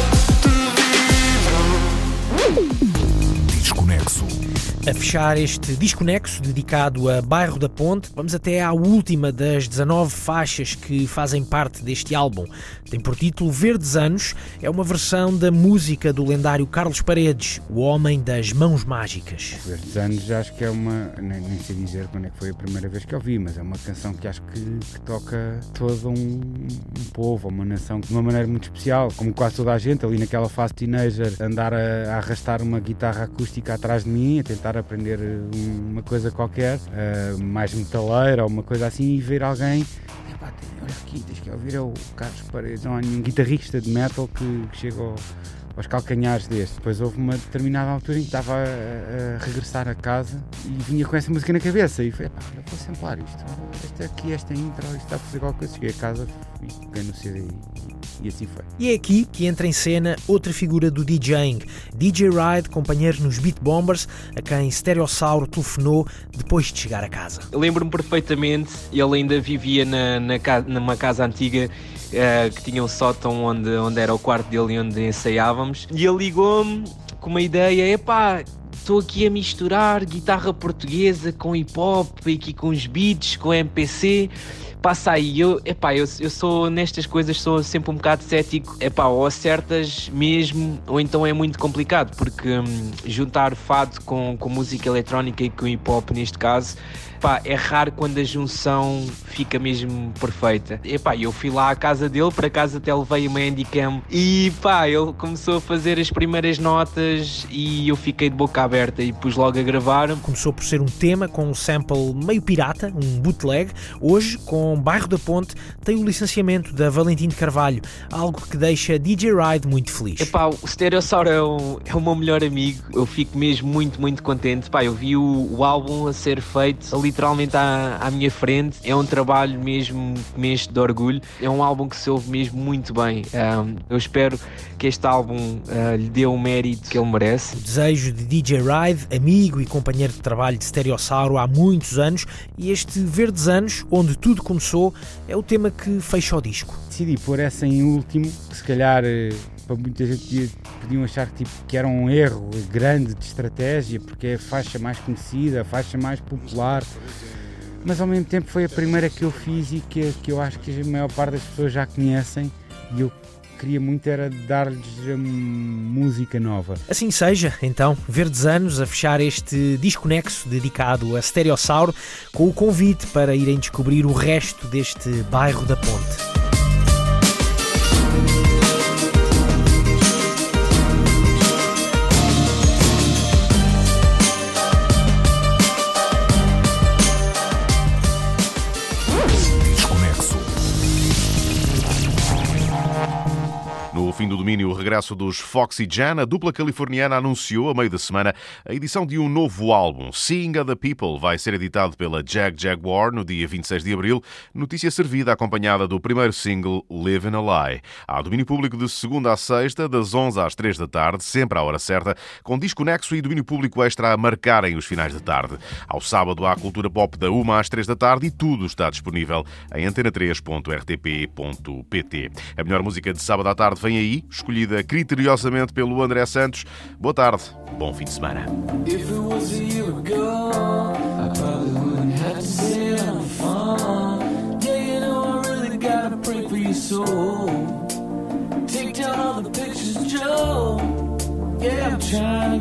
de vida. Desconexo. A fechar este Desconexo dedicado a Bairro da Ponte, vamos até à última das 19 faixas que fazem parte deste álbum. Tem por título Verdes Anos, é uma versão da música do lendário Carlos Paredes, o homem das mãos mágicas. Verdes Anos acho que é nem sei dizer quando é que foi a primeira vez que eu vi, mas é uma canção que acho que toca todo um povo, uma nação, de uma maneira muito especial, como quase toda a gente, ali naquela fase teenager, andar a arrastar uma guitarra acústica atrás de mim, a tentar aprender uma coisa qualquer, mais metaleira ou uma coisa assim, e ver alguém, olha aqui, tens que ouvir, é o Carlos Paredes, não há nenhum guitarrista de metal que chega aos calcanhares deste. Depois houve uma determinada altura em que estava a regressar a casa e vinha com essa música na cabeça, e foi, vou samplar esta intro, isto está a fazer qualquer coisa. Cheguei a casa e peguei no CD e assim foi. E é aqui que entra em cena outra figura do DJing, DJ Ride, companheiro nos Beat Bombers, a quem Stereossauro telefonou depois de chegar a casa. Eu lembro-me perfeitamente, ele ainda vivia numa casa antiga que tinha um sótão onde era o quarto dele e onde ensaiávamos, e ele ligou-me com uma ideia, estou aqui a misturar guitarra portuguesa com hip-hop, aqui com os beats, com MPC, passa aí. Eu sou, nestas coisas, sou sempre um bocado cético, ou acertas mesmo, ou então é muito complicado, porque juntar fado com música eletrónica e com hip-hop, neste caso, é raro quando a junção fica mesmo perfeita. Eu fui lá à casa dele, por acaso até levei uma Handycam, e ele começou a fazer as primeiras notas e eu fiquei de boca aberta. aberta e pus logo a gravar. Começou por ser um tema com um sample meio pirata, um bootleg. Hoje, com Bairro da Ponte, tem o licenciamento da Valentim de Carvalho, algo que deixa DJ Ride muito feliz. Epá, o Stereossauro é o meu melhor amigo, eu fico mesmo muito contente. Epá, eu vi o álbum a ser feito literalmente à minha frente, é um trabalho mesmo que me enche de orgulho, é um álbum que se ouve mesmo muito bem. Eu espero que este álbum lhe dê o mérito que ele merece. O desejo de DJ Ride, amigo e companheiro de trabalho de Stereossauro há muitos anos, e este Verdes Anos, onde tudo começou, é o tema que fecha o disco. Decidi pôr essa em último, que se calhar para muita gente podiam achar que era um erro grande de estratégia, porque é a faixa mais conhecida, a faixa mais popular, mas ao mesmo tempo foi a primeira que eu fiz e que eu acho que a maior parte das pessoas já conhecem, e eu queria muito era dar-lhes música nova. Assim seja, então, Verdes Anos a fechar este Disconexo dedicado a Stereossauro, com o convite para irem descobrir o resto deste Bairro da Ponte. No fim do domínio, o regresso dos Foxy Jan, a dupla californiana anunciou, a meio da semana, a edição de um novo álbum. Seeing Other People vai ser editado pela Jaguar no dia 26 de abril, notícia servida acompanhada do primeiro single Living a Lie. Há domínio público de segunda à sexta, das 11 às 3 da tarde, sempre à hora certa, com Disconexo e domínio público extra a marcarem os finais de tarde. Ao sábado há cultura pop da 1 às 3 da tarde e tudo está disponível em antena3.rtp.pt. A melhor música de sábado à tarde vem aí, escolhida criteriosamente pelo André Santos. Boa tarde, bom fim de semana. Trying